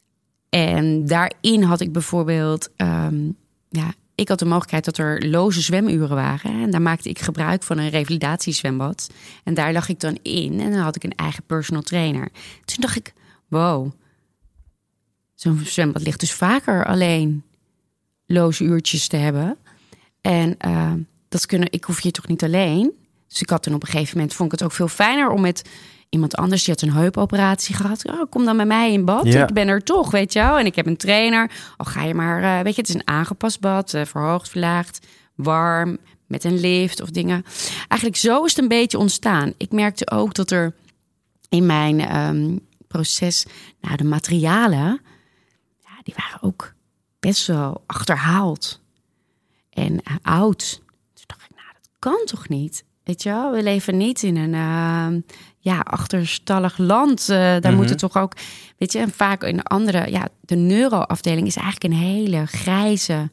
Speaker 1: En daarin had ik bijvoorbeeld... Um, ja, ik had de mogelijkheid dat er loze zwemuren waren. En daar maakte ik gebruik van een revalidatiezwembad. En daar lag ik dan in. En dan had ik een eigen personal trainer. Toen dacht ik, wow. Zo'n zwembad ligt dus vaker alleen loze uurtjes te hebben. En uh, dat kunnen, ik hoef je toch niet alleen. Dus ik had toen op een gegeven moment... vond ik het ook veel fijner om met... iemand anders, die had een heupoperatie gehad. Oh, kom dan bij mij in bad. Ja. Ik ben er toch, weet je wel. En ik heb een trainer. Oh, ga je maar, uh, weet je, het is een aangepast bad. Uh, verhoogd, verlaagd, warm, met een lift of dingen. Eigenlijk zo is het een beetje ontstaan. Ik merkte ook dat er in mijn um, proces. Nou, de materialen, ja, die waren ook best wel achterhaald. En uh, oud. Toen dacht ik, nou, dat kan toch niet? Weet je wel, we leven niet in een uh, ja, achterstallig land. Uh, daar mm-hmm. moeten toch ook, weet je, en vaak in andere, ja, de neuroafdeling is eigenlijk een hele grijze,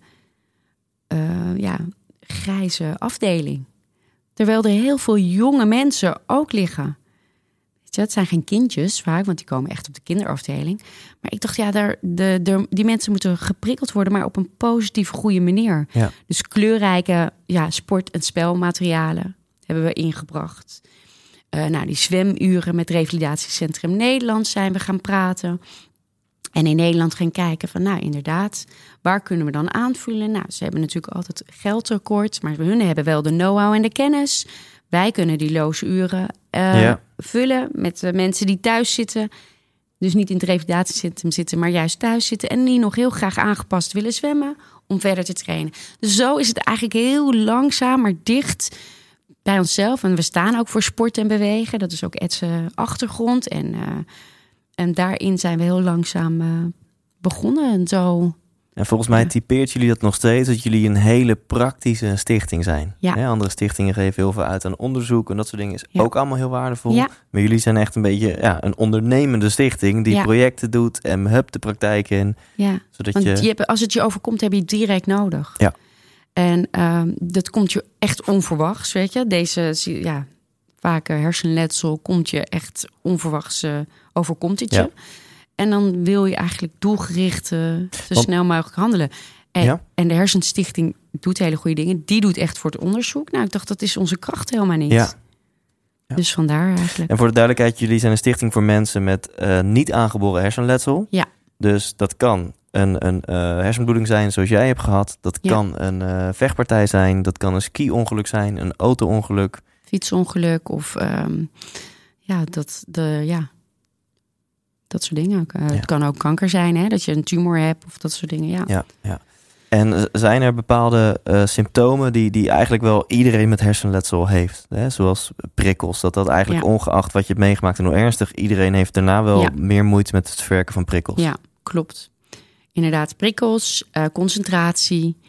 Speaker 1: uh, ja, grijze afdeling. Terwijl er heel veel jonge mensen ook liggen. Weet je, het zijn geen kindjes vaak, want die komen echt op de kinderafdeling. Maar ik dacht, ja, daar, de, de, die mensen moeten geprikkeld worden, maar op een positieve, goede manier.
Speaker 3: Ja.
Speaker 1: Dus kleurrijke ja, sport- en spelmaterialen hebben we ingebracht. Uh, nou, die zwemuren met Revalidatiecentrum Nederland zijn we gaan praten. En in Nederland gaan kijken van, nou inderdaad, waar kunnen we dan aanvullen? Nou, ze hebben natuurlijk altijd geldtekort, maar hun hebben wel de know-how en de kennis. Wij kunnen die loze uren uh, ja. vullen met de mensen die thuis zitten. Dus niet in het revalidatiecentrum zitten, maar juist thuis zitten. En die nog heel graag aangepast willen zwemmen om verder te trainen. Dus zo is het eigenlijk heel langzaam, maar dicht bij onszelf. En we staan ook voor sport en bewegen. Dat is ook Ed's achtergrond. En, uh, en daarin zijn we heel langzaam uh, begonnen. En zo.
Speaker 3: En volgens mij typeert jullie dat nog steeds, dat jullie een hele praktische stichting zijn.
Speaker 1: Ja.
Speaker 3: He, andere stichtingen geven heel veel uit aan onderzoek en dat soort dingen is
Speaker 1: ja.
Speaker 3: ook allemaal heel waardevol.
Speaker 1: Ja.
Speaker 3: Maar jullie zijn echt een beetje ja, een ondernemende stichting die ja. projecten doet en hup de praktijk in.
Speaker 1: Ja,
Speaker 3: zodat
Speaker 1: want
Speaker 3: je...
Speaker 1: je hebt, als het je overkomt, heb je het direct nodig.
Speaker 3: Ja.
Speaker 1: En uh, dat komt je echt onverwachts, weet je. Deze, ja, vaak hersenletsel komt je echt onverwachts, uh, overkomt het je. Ja. En dan wil je eigenlijk doelgericht uh, zo Want, snel mogelijk handelen. En, ja? en de Hersenstichting doet hele goede dingen. Die doet echt voor het onderzoek. Nou, ik dacht, dat is onze kracht helemaal niet.
Speaker 3: Ja. Ja.
Speaker 1: Dus vandaar eigenlijk.
Speaker 3: En voor de duidelijkheid, jullie zijn een stichting voor mensen met uh, niet aangeboren hersenletsel.
Speaker 1: Ja.
Speaker 3: Dus dat kan een, een uh, hersenbloeding zijn zoals jij hebt gehad. Dat ja. kan een uh, vechtpartij zijn. Dat kan een ski-ongeluk zijn. Een auto-ongeluk.
Speaker 1: Fietsongeluk of um, ja, dat de ja. Dat soort dingen. Uh, ja. Het kan ook kanker zijn, hè? Dat je een tumor hebt of dat soort dingen. Ja,
Speaker 3: ja, ja. En zijn er bepaalde uh, symptomen die, die eigenlijk wel iedereen met hersenletsel heeft? Hè? Zoals prikkels. Dat dat eigenlijk ja. ongeacht wat je hebt meegemaakt en hoe ernstig, iedereen heeft daarna wel ja. meer moeite met het verwerken van prikkels.
Speaker 1: Ja, klopt. Inderdaad, prikkels, uh, concentratie,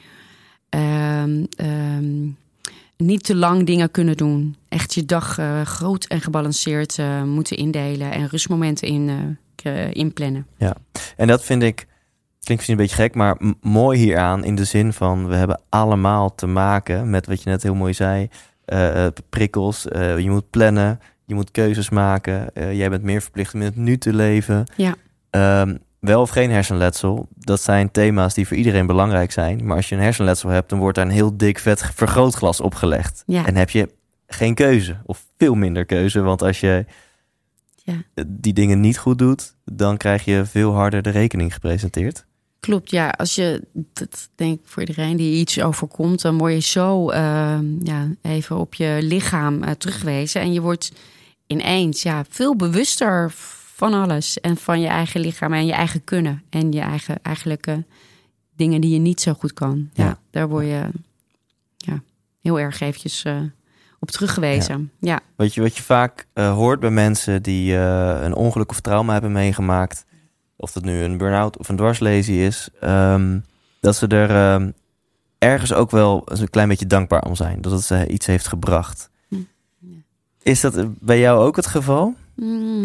Speaker 1: um, um, niet te lang dingen kunnen doen. Echt je dag uh, groot en gebalanceerd uh, moeten indelen en rustmomenten in, uh, inplannen.
Speaker 3: Ja, en dat vind ik, klinkt misschien een beetje gek, maar m- mooi hieraan in de zin van we hebben allemaal te maken met wat je net heel mooi zei, uh, prikkels. Uh, je moet plannen, je moet keuzes maken. Uh, jij bent meer verplicht om in het nu te leven.
Speaker 1: Ja.
Speaker 3: Um, wel of geen hersenletsel, dat zijn thema's die voor iedereen belangrijk zijn. Maar als je een hersenletsel hebt, dan wordt daar een heel dik vet vergrootglas opgelegd.
Speaker 1: Ja.
Speaker 3: En heb je geen keuze of veel minder keuze. Want als je ja. die dingen niet goed doet, dan krijg je veel harder de rekening gepresenteerd.
Speaker 1: Klopt, ja. Als je, dat denk ik voor iedereen die iets overkomt, dan word je zo uh, ja, even op je lichaam uh, teruggewezen. En je wordt ineens ja, veel bewuster van alles. En van je eigen lichaam en je eigen kunnen. En je eigen eigenlijke dingen die je niet zo goed kan. Ja, ja daar word je ja, heel erg eventjes uh, op teruggewezen. Ja. Ja.
Speaker 3: Wat je, wat je vaak uh, hoort bij mensen die uh, een ongeluk of trauma hebben meegemaakt, of dat nu een burn-out of een dwarslesie is, um, dat ze er um, ergens ook wel een klein beetje dankbaar om zijn. Dat het uh, iets heeft gebracht. Hm. Ja. Is dat bij jou ook het geval?
Speaker 1: Mm.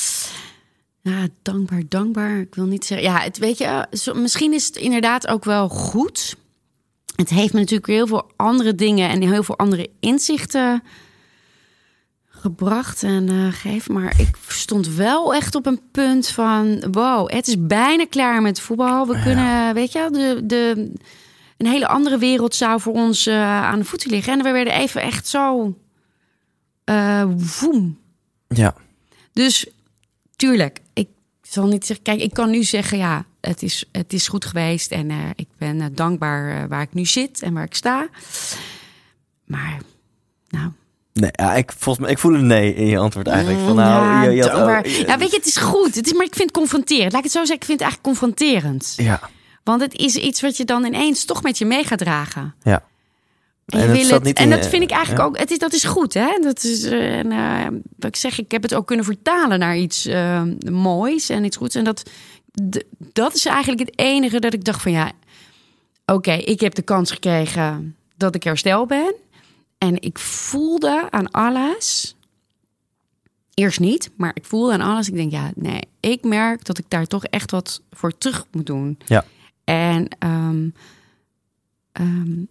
Speaker 1: Ja, dankbaar, dankbaar. Ik wil niet zeggen. Ja, het weet je, zo, misschien is het inderdaad ook wel goed. Het heeft me natuurlijk heel veel andere dingen en heel veel andere inzichten gebracht en uh, gegeven. Maar ik stond wel echt op een punt van, wow, het is bijna klaar met voetbal. We ja. kunnen, weet je, de, de, een hele andere wereld zou voor ons uh, aan de voeten liggen. En we werden even echt zo, uh, woem.
Speaker 3: Ja.
Speaker 1: Dus tuurlijk, ik zal niet zeggen, kijk, ik kan nu zeggen, ja, het is, het is goed geweest en uh, ik ben uh, dankbaar uh, waar ik nu zit en waar ik sta. Maar, nou.
Speaker 3: Nee, ja, ik, volgens mij, ik voel een nee in je antwoord eigenlijk. Van, nou,
Speaker 1: ja,
Speaker 3: je, je had,
Speaker 1: dankbaar.
Speaker 3: oh, je,
Speaker 1: ja, weet je, het is goed. Het is, maar ik vind het confronterend. Laat ik het zo zeggen, ik vind het eigenlijk confronterend.
Speaker 3: Ja.
Speaker 1: Want het is iets wat je dan ineens toch met je mee gaat dragen.
Speaker 3: Ja.
Speaker 1: En, je
Speaker 3: en,
Speaker 1: wil het,
Speaker 3: niet
Speaker 1: en
Speaker 3: in,
Speaker 1: dat vind ik eigenlijk
Speaker 3: ja.
Speaker 1: ook... Het is, dat is goed, hè? Dat is, uh, en, uh, wat ik zeg, ik heb het ook kunnen vertalen naar iets uh, moois en iets goeds. En dat, d- dat is eigenlijk het enige dat ik dacht van... ja, oké, okay, ik heb de kans gekregen dat ik herstel ben. En ik voelde aan alles... Eerst niet, maar ik voelde aan alles. Ik denk, ja, nee, ik merk dat ik daar toch echt wat voor terug moet doen.
Speaker 3: Ja.
Speaker 1: En um, um,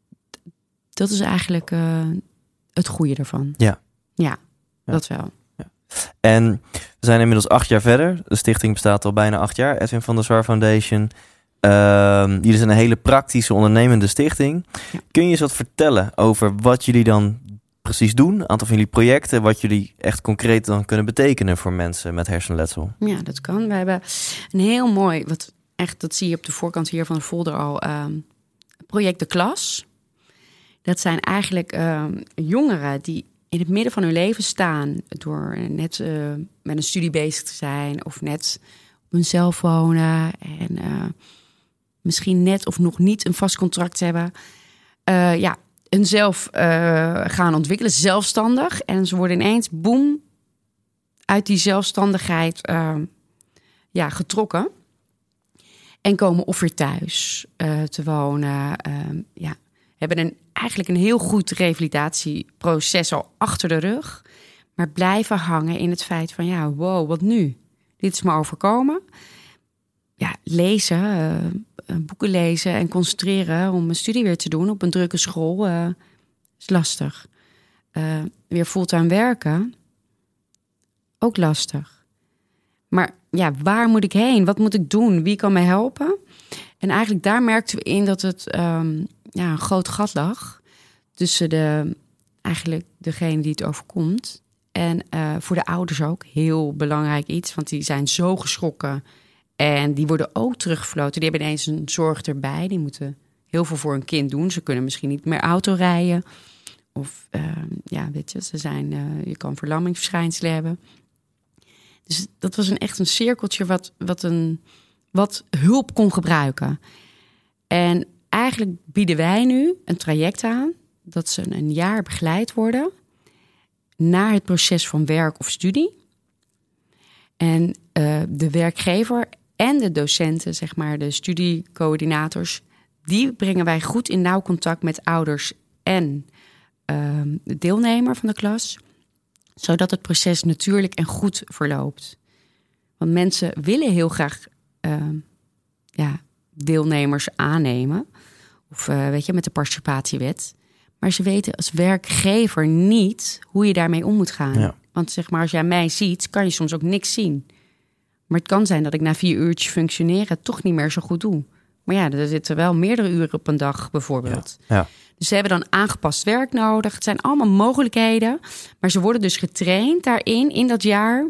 Speaker 1: dat is eigenlijk uh, het goede ervan.
Speaker 3: Ja.
Speaker 1: Ja, ja. Dat wel.
Speaker 3: Ja. En we zijn inmiddels acht jaar verder. De stichting bestaat al bijna acht jaar. Edwin van der Sar Foundation. Um, jullie zijn een hele praktische ondernemende stichting. Ja. Kun je eens wat vertellen over wat jullie dan precies doen? Een aantal van jullie projecten, wat jullie echt concreet dan kunnen betekenen voor mensen met hersenletsel?
Speaker 1: Ja, dat kan. We hebben een heel mooi, wat echt, dat zie je op de voorkant hier van de folder al, um, project De Klas. Dat zijn eigenlijk um, jongeren die in het midden van hun leven staan door net uh, met een studie bezig te zijn of net op hunzelf wonen en uh, misschien net of nog niet een vast contract hebben. Uh, ja, hunzelf uh, gaan ontwikkelen, zelfstandig. En ze worden ineens, boem, uit die zelfstandigheid uh, ja, getrokken. En komen of weer thuis uh, te wonen. Uh, ja, hebben een, eigenlijk een heel goed revalidatieproces al achter de rug. Maar blijven hangen in het feit van, ja, wow, wat nu? Dit is me overkomen. Ja, lezen, uh, boeken lezen en concentreren om mijn studie weer te doen op een drukke school uh, is lastig. Uh, weer fulltime werken, ook lastig. Maar ja, waar moet ik heen? Wat moet ik doen? Wie kan mij helpen? En eigenlijk daar merkten we in dat het um, ja, een groot gat lag tussen de, eigenlijk degene die het overkomt en uh, voor de ouders ook heel belangrijk iets, want die zijn zo geschrokken. En die worden ook teruggefloten. Die hebben ineens een zorg erbij. Die moeten heel veel voor een kind doen. Ze kunnen misschien niet meer auto rijden. Of uh, ja, weet je, ze zijn, uh, je kan verlammingsverschijnselen hebben. Dus dat was een, echt een cirkeltje wat, wat, een, wat hulp kon gebruiken. En eigenlijk bieden wij nu een traject aan dat ze een jaar begeleid worden naar het proces van werk of studie. En uh, de werkgever en de docenten, zeg maar, de studiecoördinators, die brengen wij goed in nauw contact met ouders en uh, de deelnemer van de klas, zodat het proces natuurlijk en goed verloopt. Want mensen willen heel graag uh, ja, deelnemers aannemen, of uh, weet je, met de participatiewet. Maar ze weten als werkgever niet hoe je daarmee om moet gaan. Ja. Want zeg maar, als jij mij ziet, kan je soms ook niks zien. Maar het kan zijn dat ik na vier uurtjes functioneren toch niet meer zo goed doe. Maar ja, er zitten wel meerdere uren op een dag bijvoorbeeld.
Speaker 3: Ja. Ja.
Speaker 1: Dus ze hebben dan aangepast werk nodig. Het zijn allemaal mogelijkheden. Maar ze worden dus getraind daarin, in dat jaar,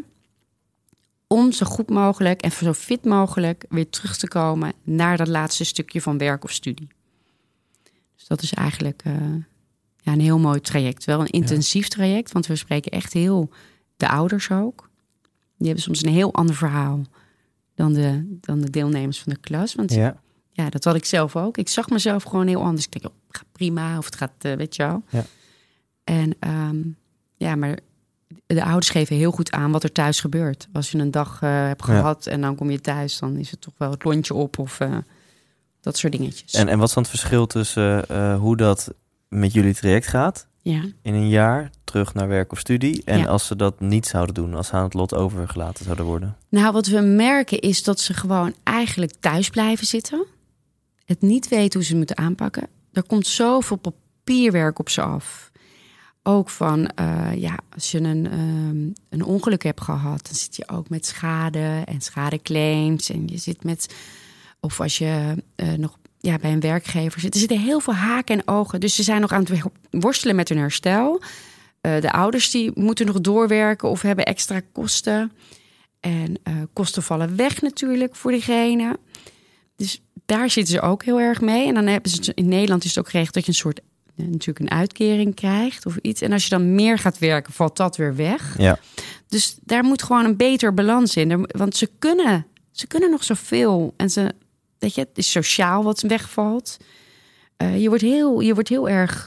Speaker 1: om zo goed mogelijk en zo fit mogelijk weer terug te komen naar dat laatste stukje van werk of studie. Dus dat is eigenlijk uh, ja, een heel mooi traject. Wel een intensief ja. traject, want we spreken echt heel de ouders ook. Die hebben soms een heel ander verhaal dan de, dan de deelnemers van de klas. Want ja. ja, dat had ik zelf ook. Ik zag mezelf gewoon heel anders. Ik denk, oh, het gaat prima of het gaat, uh, weet je wel.
Speaker 3: Ja.
Speaker 1: En um, ja, maar de ouders geven heel goed aan wat er thuis gebeurt. Als je een dag uh, hebt gehad ja. en dan kom je thuis, dan is het toch wel het lontje op of uh, dat soort dingetjes.
Speaker 3: En, en wat is dan het verschil tussen uh, hoe dat met jullie traject gaat?
Speaker 1: Ja.
Speaker 3: In een jaar terug naar werk of studie. En
Speaker 1: ja.
Speaker 3: als ze dat niet zouden doen, als ze aan het lot overgelaten zouden worden?
Speaker 1: Nou, wat we merken is dat ze gewoon eigenlijk thuis blijven zitten. Het niet weten hoe ze het moeten aanpakken. Er komt zoveel papierwerk op ze af. Ook van, uh, ja, als je een, um, een ongeluk hebt gehad, dan zit je ook met schade en schadeclaims. En je zit met, of als je uh, nog ja, bij een werkgever zit. Er zitten heel veel haken en ogen. Dus ze zijn nog aan het worstelen met hun herstel. Uh, de ouders die moeten nog doorwerken of hebben extra kosten. En uh, kosten vallen weg natuurlijk voor diegene. Dus daar zitten ze ook heel erg mee. En dan hebben ze, in Nederland is het ook geregeld dat je een soort, natuurlijk een uitkering krijgt of iets. En als je dan meer gaat werken, valt dat weer weg.
Speaker 3: Ja.
Speaker 1: Dus daar moet gewoon een beter balans in. Want ze kunnen, ze kunnen nog zoveel. En ze, weet je, het is sociaal wat wegvalt. Uh, je wordt heel, je wordt heel erg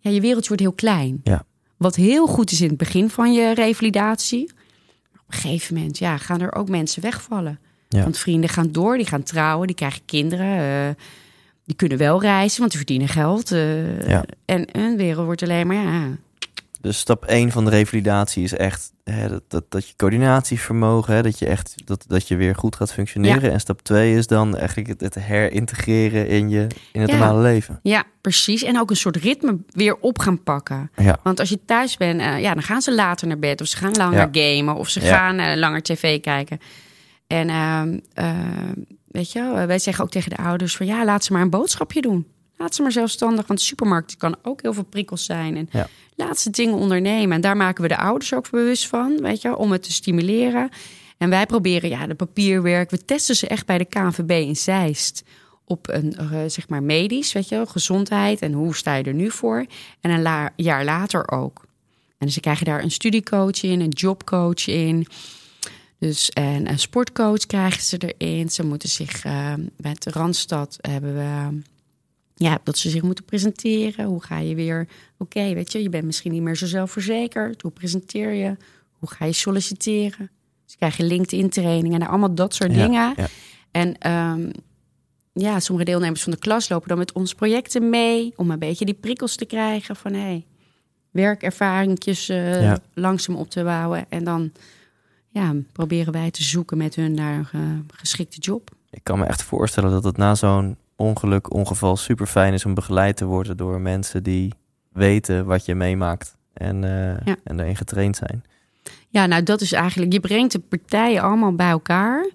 Speaker 1: ja, je wereldje wordt heel klein.
Speaker 3: Ja.
Speaker 1: Wat heel goed is in het begin van je revalidatie. Maar op een gegeven moment ja, gaan er ook mensen wegvallen.
Speaker 3: Ja.
Speaker 1: Want vrienden gaan door, die gaan trouwen, die krijgen kinderen. Uh, die kunnen wel reizen, want die verdienen geld. Uh,
Speaker 3: ja.
Speaker 1: En hun wereld wordt alleen maar... ja.
Speaker 3: Dus stap één van de revalidatie is echt hè, dat, dat, dat je coördinatievermogen, hè, dat je echt dat, dat je weer goed gaat functioneren. Ja. En stap twee is dan eigenlijk het, het herintegreren in je in het ja. normale leven.
Speaker 1: Ja, precies. En ook een soort ritme weer op gaan pakken.
Speaker 3: Ja.
Speaker 1: Want als je thuis bent, uh, ja, dan gaan ze later naar bed of ze gaan langer ja. gamen of ze ja. gaan uh, langer tv kijken. En uh, uh, weet je, wij zeggen ook tegen de ouders van ja, laat ze maar een boodschapje doen. Laat ze maar zelfstandig, want de supermarkt kan ook heel veel prikkels zijn. En
Speaker 3: ja.
Speaker 1: laat ze dingen ondernemen. En daar maken we de ouders ook bewust van, weet je, om het te stimuleren. En wij proberen, ja, de papierwerk. We testen ze echt bij de K N V B in Zeist op een, uh, zeg maar, medisch, weet je, gezondheid. En hoe sta je er nu voor? En een la- jaar later ook. En ze krijgen daar een studiecoach in, een jobcoach in. Dus en een sportcoach krijgen ze erin. Ze moeten zich uh, bij de Randstad hebben we... Ja, dat ze zich moeten presenteren. Hoe ga je weer... Oké, okay, weet je, je bent misschien niet meer zo zelfverzekerd. Hoe presenteer je? Hoe ga je solliciteren? Dus krijg je LinkedIn-trainingen en allemaal dat soort
Speaker 3: ja,
Speaker 1: dingen.
Speaker 3: Ja.
Speaker 1: En um, ja, sommige deelnemers van de klas lopen dan met ons projecten mee... om een beetje die prikkels te krijgen van... hey, werkervaringjes uh, ja. langzaam op te bouwen. En dan ja, proberen wij te zoeken met hun naar een uh, geschikte job.
Speaker 3: Ik kan me echt voorstellen dat het na zo'n ongeluk, ongeval super fijn is om begeleid te worden door mensen die weten wat je meemaakt en, uh, ja. en daarin getraind zijn.
Speaker 1: Ja, nou dat is eigenlijk, je brengt de partijen allemaal bij elkaar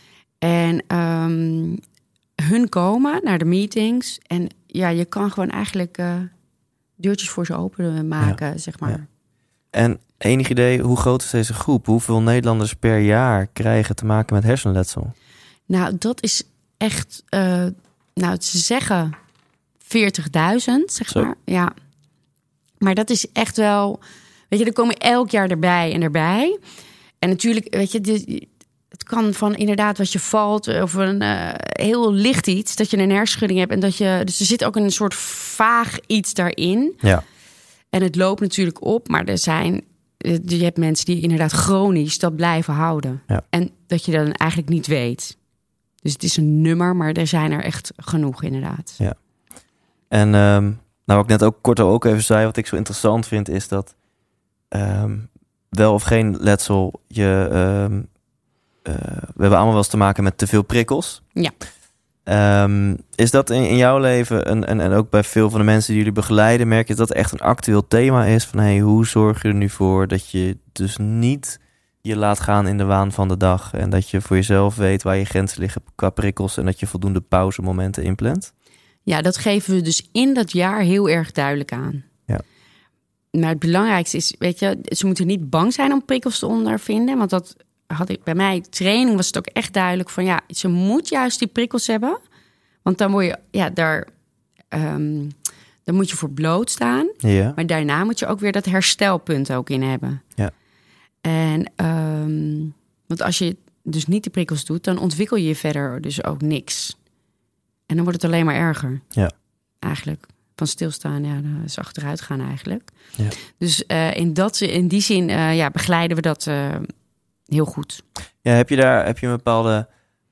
Speaker 1: en um, hun komen naar de meetings en ja, je kan gewoon eigenlijk uh, deurtjes voor ze open maken, ja. zeg maar. Ja.
Speaker 3: En enig idee, hoe groot is deze groep? Hoeveel Nederlanders per jaar krijgen te maken met hersenletsel?
Speaker 1: Nou, dat is echt... Uh, Nou, ze zeggen veertigduizend, zeg Zo. maar. Ja. Maar dat is echt wel... Weet je, er komen elk jaar erbij en erbij. En natuurlijk, weet je... De, het kan van inderdaad wat je valt... of een uh, heel licht iets, dat je een hersenschudding hebt... en dat je... Dus er zit ook een soort vaag iets daarin.
Speaker 3: Ja.
Speaker 1: En het loopt natuurlijk op, maar er zijn... Je hebt mensen die inderdaad chronisch dat blijven houden.
Speaker 3: Ja.
Speaker 1: En dat je dan eigenlijk niet weet... Dus het is een nummer, maar er zijn er echt genoeg inderdaad.
Speaker 3: Ja. En um, nou, wat ik net ook kort ook even zei, wat ik zo interessant vind, is dat um, wel of geen letsel, je, um, uh, we hebben allemaal wel eens te maken met te veel prikkels.
Speaker 1: Ja.
Speaker 3: Um, is dat in, in jouw leven en, en, en ook bij veel van de mensen die jullie begeleiden, merk je dat het echt een actueel thema is van hey, hoe zorg je er nu voor dat je dus niet je laat gaan in de waan van de dag en dat je voor jezelf weet waar je grenzen liggen qua prikkels en dat je voldoende pauzemomenten inplant?
Speaker 1: Ja, dat geven we dus in dat jaar heel erg duidelijk aan.
Speaker 3: Ja.
Speaker 1: Maar het belangrijkste is, weet je, ze moeten niet bang zijn om prikkels te ondervinden, want dat had ik bij mij training was het ook echt duidelijk van ja, ze moet juist die prikkels hebben, want dan word je ja daar um, dan moet je voor bloot staan,
Speaker 3: ja.
Speaker 1: maar daarna moet je ook weer dat herstelpunt ook in hebben.
Speaker 3: Ja.
Speaker 1: En um, want als je dus niet de prikkels doet, dan ontwikkel je verder dus ook niks. En dan wordt het alleen maar erger.
Speaker 3: Ja.
Speaker 1: Eigenlijk. Van stilstaan, ja, dat is achteruit gaan eigenlijk.
Speaker 3: Ja.
Speaker 1: Dus uh, in, dat, in die zin uh, ja, begeleiden we dat uh, heel goed.
Speaker 3: Ja, heb je daar heb je een bepaalde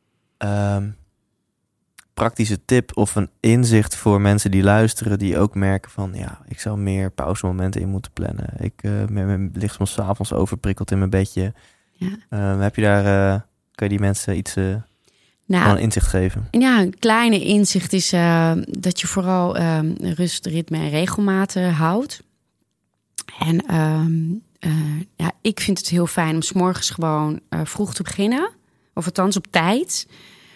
Speaker 3: um, praktische tip of een inzicht voor mensen die luisteren, die ook merken van ja, ik zou meer pauzemomenten in moeten plannen. Ik uh, met mijn licht soms 's avonds overprikkeld in mijn bedje.
Speaker 1: Ja.
Speaker 3: Uh, heb je daar, uh, kan je die mensen iets uh,
Speaker 1: nou,
Speaker 3: een inzicht geven?
Speaker 1: Ja, een kleine inzicht is uh, dat je vooral uh, rust, ritme en regelmaat uh, houdt. En uh, uh, ja, ik vind het heel fijn om 's morgens gewoon uh, vroeg te beginnen. Of althans op tijd.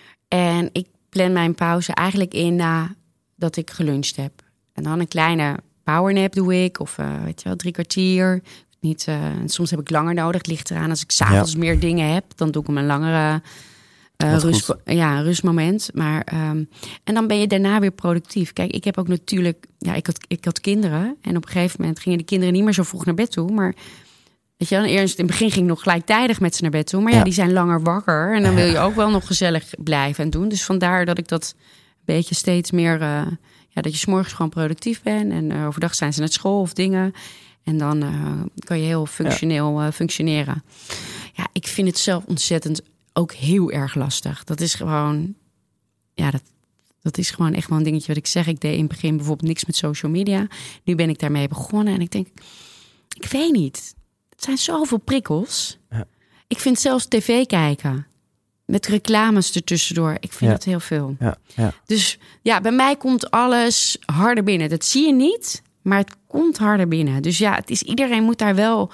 Speaker 1: En ik plan mijn pauze eigenlijk in nadat ik geluncht heb. En dan een kleine powernap doe ik. Of uh, weet je wel, drie kwartier. Niet, uh, soms heb ik langer nodig. Het ligt eraan als ik 's avonds ja. meer dingen heb. Dan doe ik hem een langere uh, rust, ja, rustmoment. Maar, um, en dan ben je daarna weer productief. Kijk, ik heb ook natuurlijk... Ja, ik had, ik had kinderen. En op een gegeven moment gingen de kinderen niet meer zo vroeg naar bed toe. Maar weet je wel, eerst in het begin ging ik nog gelijktijdig met ze naar bed toe. Maar ja, ja die zijn langer wakker. En dan wil je ook wel nog gezellig blijven en doen. Dus vandaar dat ik dat een beetje steeds meer uh, Ja, dat je 's morgens gewoon productief bent. En uh, overdag zijn ze naar school of dingen. En dan uh, kan je heel functioneel uh, functioneren. Ja, ik vind het zelf ontzettend ook heel erg lastig. Dat is gewoon... Ja, dat, dat is gewoon echt wel een dingetje wat ik zeg. Ik deed in het begin bijvoorbeeld niks met social media. Nu ben ik daarmee begonnen. En ik denk, ik weet niet. Het zijn zoveel prikkels. Ja. Ik vind zelfs tv kijken... met reclames ertussendoor. Ik vind
Speaker 3: ja.
Speaker 1: dat heel veel.
Speaker 3: Ja, ja.
Speaker 1: Dus ja, bij mij komt alles harder binnen. Dat zie je niet, maar het komt harder binnen. Dus ja, het is, iedereen moet daar wel...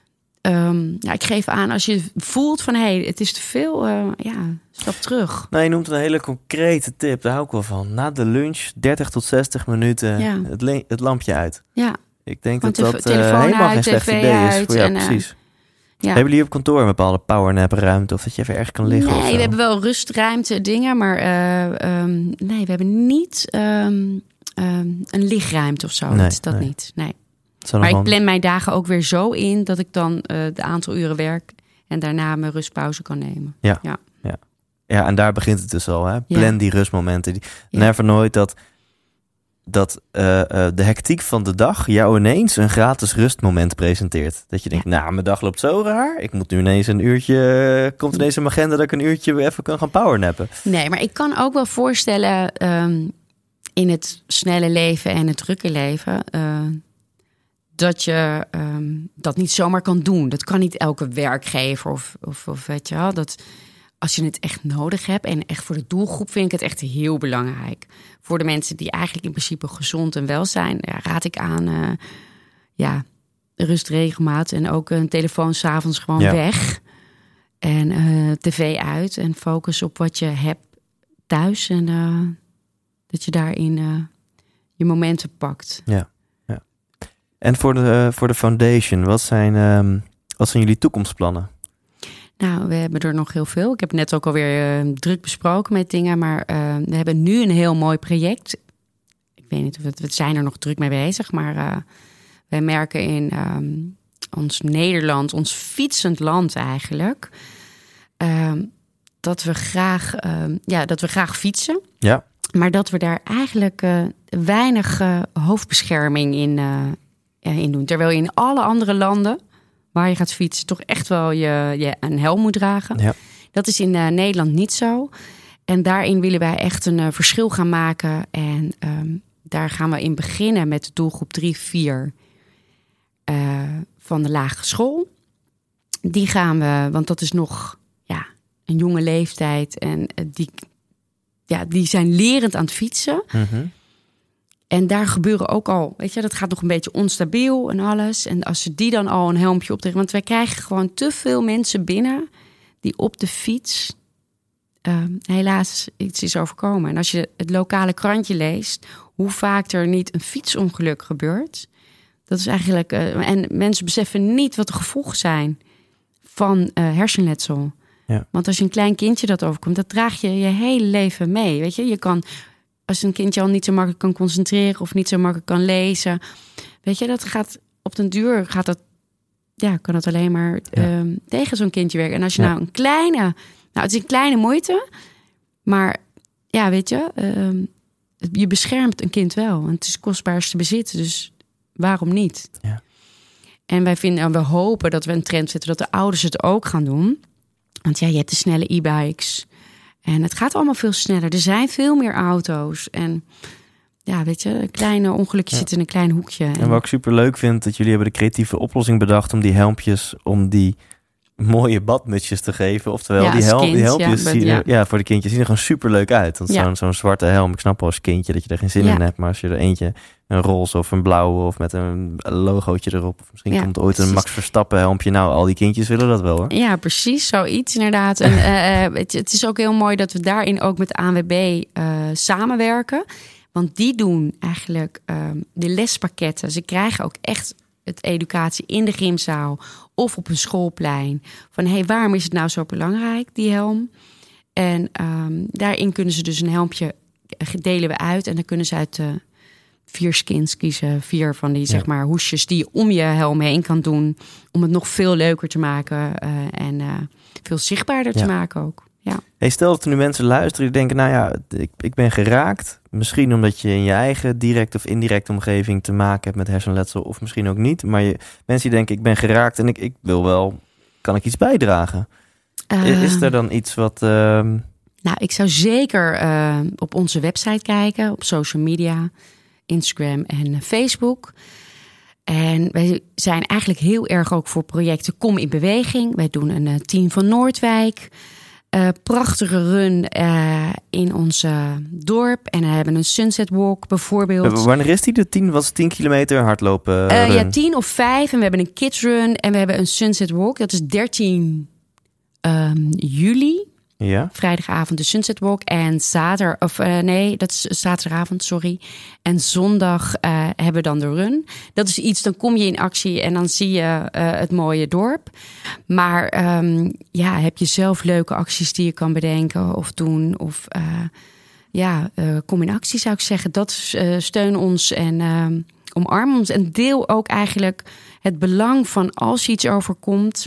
Speaker 1: Um, ja, ik geef aan, als je voelt van... hé, hey, het is te veel, uh, ja, stap terug.
Speaker 3: Nou, je noemt een hele concrete tip. Daar hou ik wel van. Na de lunch, dertig tot zestig minuten, ja. het, le- het lampje uit.
Speaker 1: Ja.
Speaker 3: Ik denk
Speaker 1: Want
Speaker 3: dat dat
Speaker 1: te-
Speaker 3: uh, helemaal
Speaker 1: uit,
Speaker 3: geen slecht idee
Speaker 1: uit,
Speaker 3: is. Voor, ja,
Speaker 1: en, uh,
Speaker 3: precies.
Speaker 1: Ja.
Speaker 3: Hebben jullie op kantoor een bepaalde powernap ruimte of dat je even erg kan liggen?
Speaker 1: Nee, we hebben wel rustruimte dingen, maar uh, um, nee, we hebben niet um, um, een lichtruimte of zo.
Speaker 3: Nee,
Speaker 1: dat is dat
Speaker 3: nee.
Speaker 1: niet. Nee.
Speaker 3: Maar
Speaker 1: ik
Speaker 3: gewoon...
Speaker 1: plan mijn dagen ook weer zo in dat ik dan uh, de aantal uren werk en daarna mijn rustpauze kan nemen.
Speaker 3: Ja,
Speaker 1: ja.
Speaker 3: ja. ja en daar begint het dus al. Hè? Plan
Speaker 1: ja.
Speaker 3: die rustmomenten. Die...
Speaker 1: Ja.
Speaker 3: Never nooit dat, dat uh, uh, de hectiek van de dag jou ineens een gratis rustmoment presenteert. Dat je denkt, ja. nou, mijn dag loopt zo raar. Ik moet nu ineens een uurtje... Komt ineens in mijn agenda dat ik een uurtje even kan gaan powernappen.
Speaker 1: Nee, maar ik kan ook wel voorstellen... Um, in het snelle leven en het drukke leven... Uh, dat je um, dat niet zomaar kan doen. Dat kan niet elke werkgever of, of, of weet je wel. Dat als je het echt nodig hebt en echt voor de doelgroep vind ik het echt heel belangrijk. Voor de mensen die eigenlijk in principe gezond en wel zijn, ja, raad ik aan, uh, ja, rust regelmaat en ook een telefoon 's avonds gewoon ja. weg en uh, tv uit en focus op wat je hebt thuis en uh, dat je daarin uh, je momenten pakt.
Speaker 3: Ja. En voor de, uh, voor de foundation, wat zijn, um, wat zijn jullie toekomstplannen?
Speaker 1: Nou, we hebben er nog heel veel. Ik heb net ook alweer uh, druk besproken met dingen. Maar uh, we hebben nu een heel mooi project. Ik weet niet of het, we zijn er nog druk mee bezig. Maar uh, wij merken in um, ons Nederland, ons fietsend land eigenlijk... Uh, dat, we graag, uh, ja, dat we graag fietsen.
Speaker 3: Ja.
Speaker 1: Maar dat we daar eigenlijk uh, weinig uh, hoofdbescherming in... Uh, in doen. Terwijl je in alle andere landen waar je gaat fietsen toch echt wel je, je een helm moet dragen.
Speaker 3: Ja.
Speaker 1: Dat is in uh, Nederland niet zo. En daarin willen wij echt een uh, verschil gaan maken. En um, daar gaan we in beginnen met de doelgroep drie vier uh, van de lagere school. Die gaan we, want dat is nog ja, een jonge leeftijd. En uh, die, ja, die zijn lerend aan het fietsen.
Speaker 3: Mm-hmm.
Speaker 1: En daar gebeuren ook al, weet je, dat gaat nog een beetje onstabiel en alles. En als ze die dan al een helmpje optrekken... want wij krijgen gewoon te veel mensen binnen... die op de fiets uh, helaas iets is overkomen. En als je het lokale krantje leest... hoe vaak er niet een fietsongeluk gebeurt... dat is eigenlijk... Uh, en mensen beseffen niet wat de gevolgen zijn... van uh, hersenletsel. Ja. Want als je een klein kindje dat overkomt... dat draag je je hele leven mee, weet je. Je kan... Als een kindje al niet zo makkelijk kan concentreren... of niet zo makkelijk kan lezen... weet je, dat gaat op den duur... gaat dat, ja, kan het alleen maar ja. um, tegen zo'n kindje werken. En als je ja. nou een kleine... Nou, het is een kleine moeite... maar ja, weet je... Um, je beschermt een kind wel. En het is kostbaarste bezit, dus waarom niet?
Speaker 3: Ja.
Speaker 1: En wij vinden, en we hopen dat we een trend zetten... dat de ouders het ook gaan doen. Want ja, je hebt de snelle e-bikes... En het gaat allemaal veel sneller. Er zijn veel meer auto's. En ja, weet je, een kleine ongelukje ja. zit in een klein hoekje. En,
Speaker 3: en wat ik super leuk vind, dat jullie hebben de creatieve oplossing bedacht... om die helmpjes, om die mooie badmutsjes te geven. Oftewel, ja, die, helm, kind, die helmpjes ja, zien er, ja. ja, voor de kindjes zien er gewoon super leuk uit. Want ja. zo'n, zo'n zwarte helm, ik snap wel als kindje dat je er geen zin ja. in hebt. Maar als je er eentje, een roze of een blauwe of met een logootje erop. Of misschien ja, komt ooit precies. een Max Verstappen helmpje. Nou, al die kindjes willen dat wel hoor.
Speaker 1: Ja, precies. Zoiets inderdaad. En uh, het, het is ook heel mooi dat we daarin ook met de A N W B uh, samenwerken. Want die doen eigenlijk um, de lespakketten. Ze krijgen ook echt het educatie in de gymzaal of op een schoolplein. Van hé, hey, waarom is het nou zo belangrijk, die helm? En um, daarin kunnen ze dus een helmpje delen we uit. En dan kunnen ze uit de vier skins kiezen. Vier van die, ja. zeg maar, hoesjes die je om je helm heen kan doen. Om het nog veel leuker te maken. Uh, en uh, veel zichtbaarder ja. te maken ook. Ja.
Speaker 3: Hey, stel dat er nu mensen luisteren die denken, nou ja, ik, ik ben geraakt. Misschien omdat je in je eigen directe of indirecte omgeving te maken hebt met hersenletsel, of misschien ook niet. Maar je, mensen die denken, ik ben geraakt en ik, ik wil wel, kan ik iets bijdragen? Uh, Is er dan iets wat... Uh...
Speaker 1: Nou, ik zou zeker uh, op onze website kijken, op social media, Instagram en Facebook. En wij zijn eigenlijk heel erg ook voor projecten Kom in Beweging. Wij doen een uh, team van Noordwijk. Uh, prachtige run uh, in ons uh, dorp. En we hebben een Sunset Walk bijvoorbeeld.
Speaker 3: Uh, wanneer is die? De tien, was tien kilometer hardlopen? Uh,
Speaker 1: uh, ja, tien of vijf. En we hebben een kids run. En we hebben een Sunset Walk. Dat is dertien um, juli.
Speaker 3: Ja.
Speaker 1: Vrijdagavond de Sunset Walk. En zaterdag, of uh, nee, dat is zaterdagavond, sorry. En zondag uh, hebben we dan de run. Dat is iets, dan kom je in actie en dan zie je uh, het mooie dorp. Maar um, ja, heb je zelf leuke acties die je kan bedenken of doen? Of uh, ja, uh, kom in actie zou ik zeggen. Dat uh, steun ons en uh, omarm ons. En deel ook eigenlijk het belang van als je iets overkomt.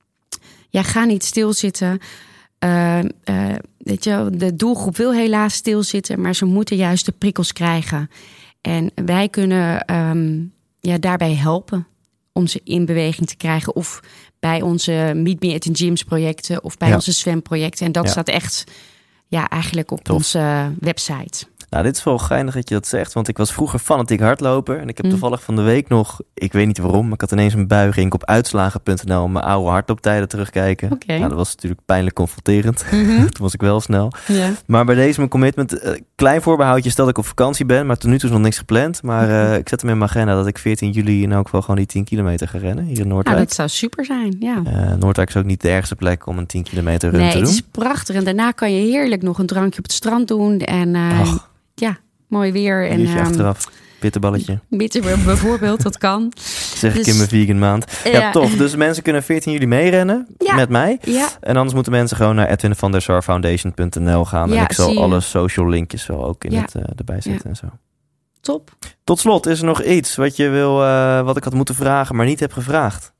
Speaker 1: Ja, ga niet stilzitten. Uh, uh, weet je, de doelgroep wil helaas stilzitten, maar ze moeten juist de prikkels krijgen. En wij kunnen um, ja, daarbij helpen om ze in beweging te krijgen. Of bij onze Meet Me at the Gyms projecten of bij ja. onze zwemprojecten. En dat ja. staat echt ja, eigenlijk op Top. onze website.
Speaker 3: Nou, dit is wel geinig dat je dat zegt, want ik was vroeger fanatiek hardloper. En ik heb mm. toevallig van de week nog, ik weet niet waarom, maar ik had ineens een bui, ging ik op uitslagen punt n l mijn oude hardlooptijden terugkijken.
Speaker 1: Okay.
Speaker 3: Nou, dat was natuurlijk pijnlijk confronterend.
Speaker 1: Mm-hmm.
Speaker 3: Toen was ik wel snel.
Speaker 1: Yeah.
Speaker 3: Maar bij deze mijn commitment, uh, klein voorbehoudje, stel dat ik op vakantie ben, maar tot nu toe is nog niks gepland. Maar uh, ik zet hem in mijn agenda dat ik veertien juli in elk geval gewoon die tien kilometer ga rennen hier in Noordwijk.
Speaker 1: Nou, dat zou super zijn, ja.
Speaker 3: Uh, Noordwijk is ook niet de ergste plek om een tien kilometer run
Speaker 1: nee,
Speaker 3: te doen.
Speaker 1: Nee, het is prachtig. En daarna kan je heerlijk nog een drankje op het strand doen. En uh, ja... Mooi weer. En
Speaker 3: um, achteraf. Bitterballetje.
Speaker 1: Bitterballen bijvoorbeeld, dat kan.
Speaker 3: Zeg dus, ik in mijn vegan maand. Ja, ja, tof. Dus mensen kunnen veertien juli meerennen ja, met mij.
Speaker 1: Ja.
Speaker 3: En anders moeten mensen gewoon naar edwin van der sar foundation punt n l gaan. Ja, en ik zal alle social linkjes wel ook in ja. het uh, erbij zetten ja. en zo.
Speaker 1: Top.
Speaker 3: Tot slot, is er nog iets wat je wil, uh, wat ik had moeten vragen, maar niet heb gevraagd?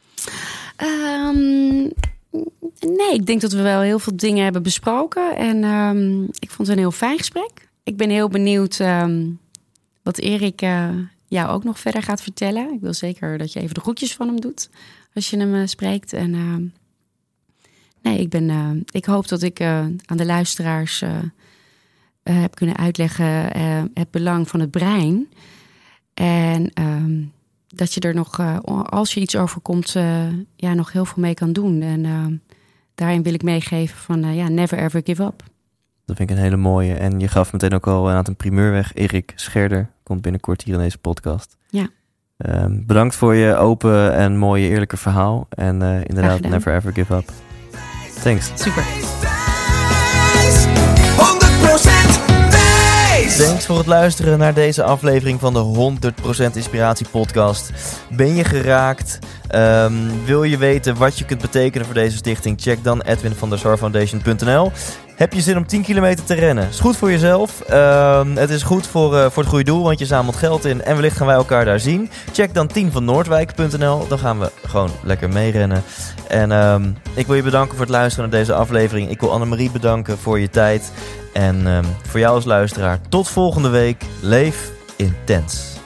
Speaker 1: Um, nee, ik denk dat we wel heel veel dingen hebben besproken. En um, ik vond het een heel fijn gesprek. Ik ben heel benieuwd um, wat Erik uh, jou ook nog verder gaat vertellen. Ik wil zeker dat je even de groetjes van hem doet als je hem uh, spreekt. En uh, nee, ik, ben, uh, ik hoop dat ik uh, aan de luisteraars uh, uh, heb kunnen uitleggen uh, het belang van het brein. En um, dat je er nog, uh, als je iets overkomt, uh, ja, nog heel veel mee kan doen. En uh, daarin wil ik meegeven van uh, ja, never ever give up.
Speaker 3: Dat vind ik een hele mooie. En je gaf meteen ook al een primeur weg. Erik Scherder komt binnenkort hier in deze podcast.
Speaker 1: Ja.
Speaker 3: Um, bedankt voor je open en mooie eerlijke verhaal. En uh, inderdaad, never ever give up. Thanks.
Speaker 1: Super.
Speaker 2: honderd procent
Speaker 3: Thanks voor het luisteren naar deze aflevering van de honderd procent Inspiratie podcast. Ben je geraakt? Um, wil je weten wat je kunt betekenen voor deze stichting? Check dan edwin van der sar foundation punt n l. Heb je zin om tien kilometer te rennen? Is goed voor jezelf. Um, het is goed voor, uh, voor het goede doel, want je zamelt geld in. En wellicht gaan wij elkaar daar zien. Check dan team van noordwijk punt n l. Dan gaan we gewoon lekker meerennen. En um, ik wil je bedanken voor het luisteren naar deze aflevering. Ik wil Annemarie bedanken voor je tijd. En um, voor jou als luisteraar, tot volgende week. Leef intens.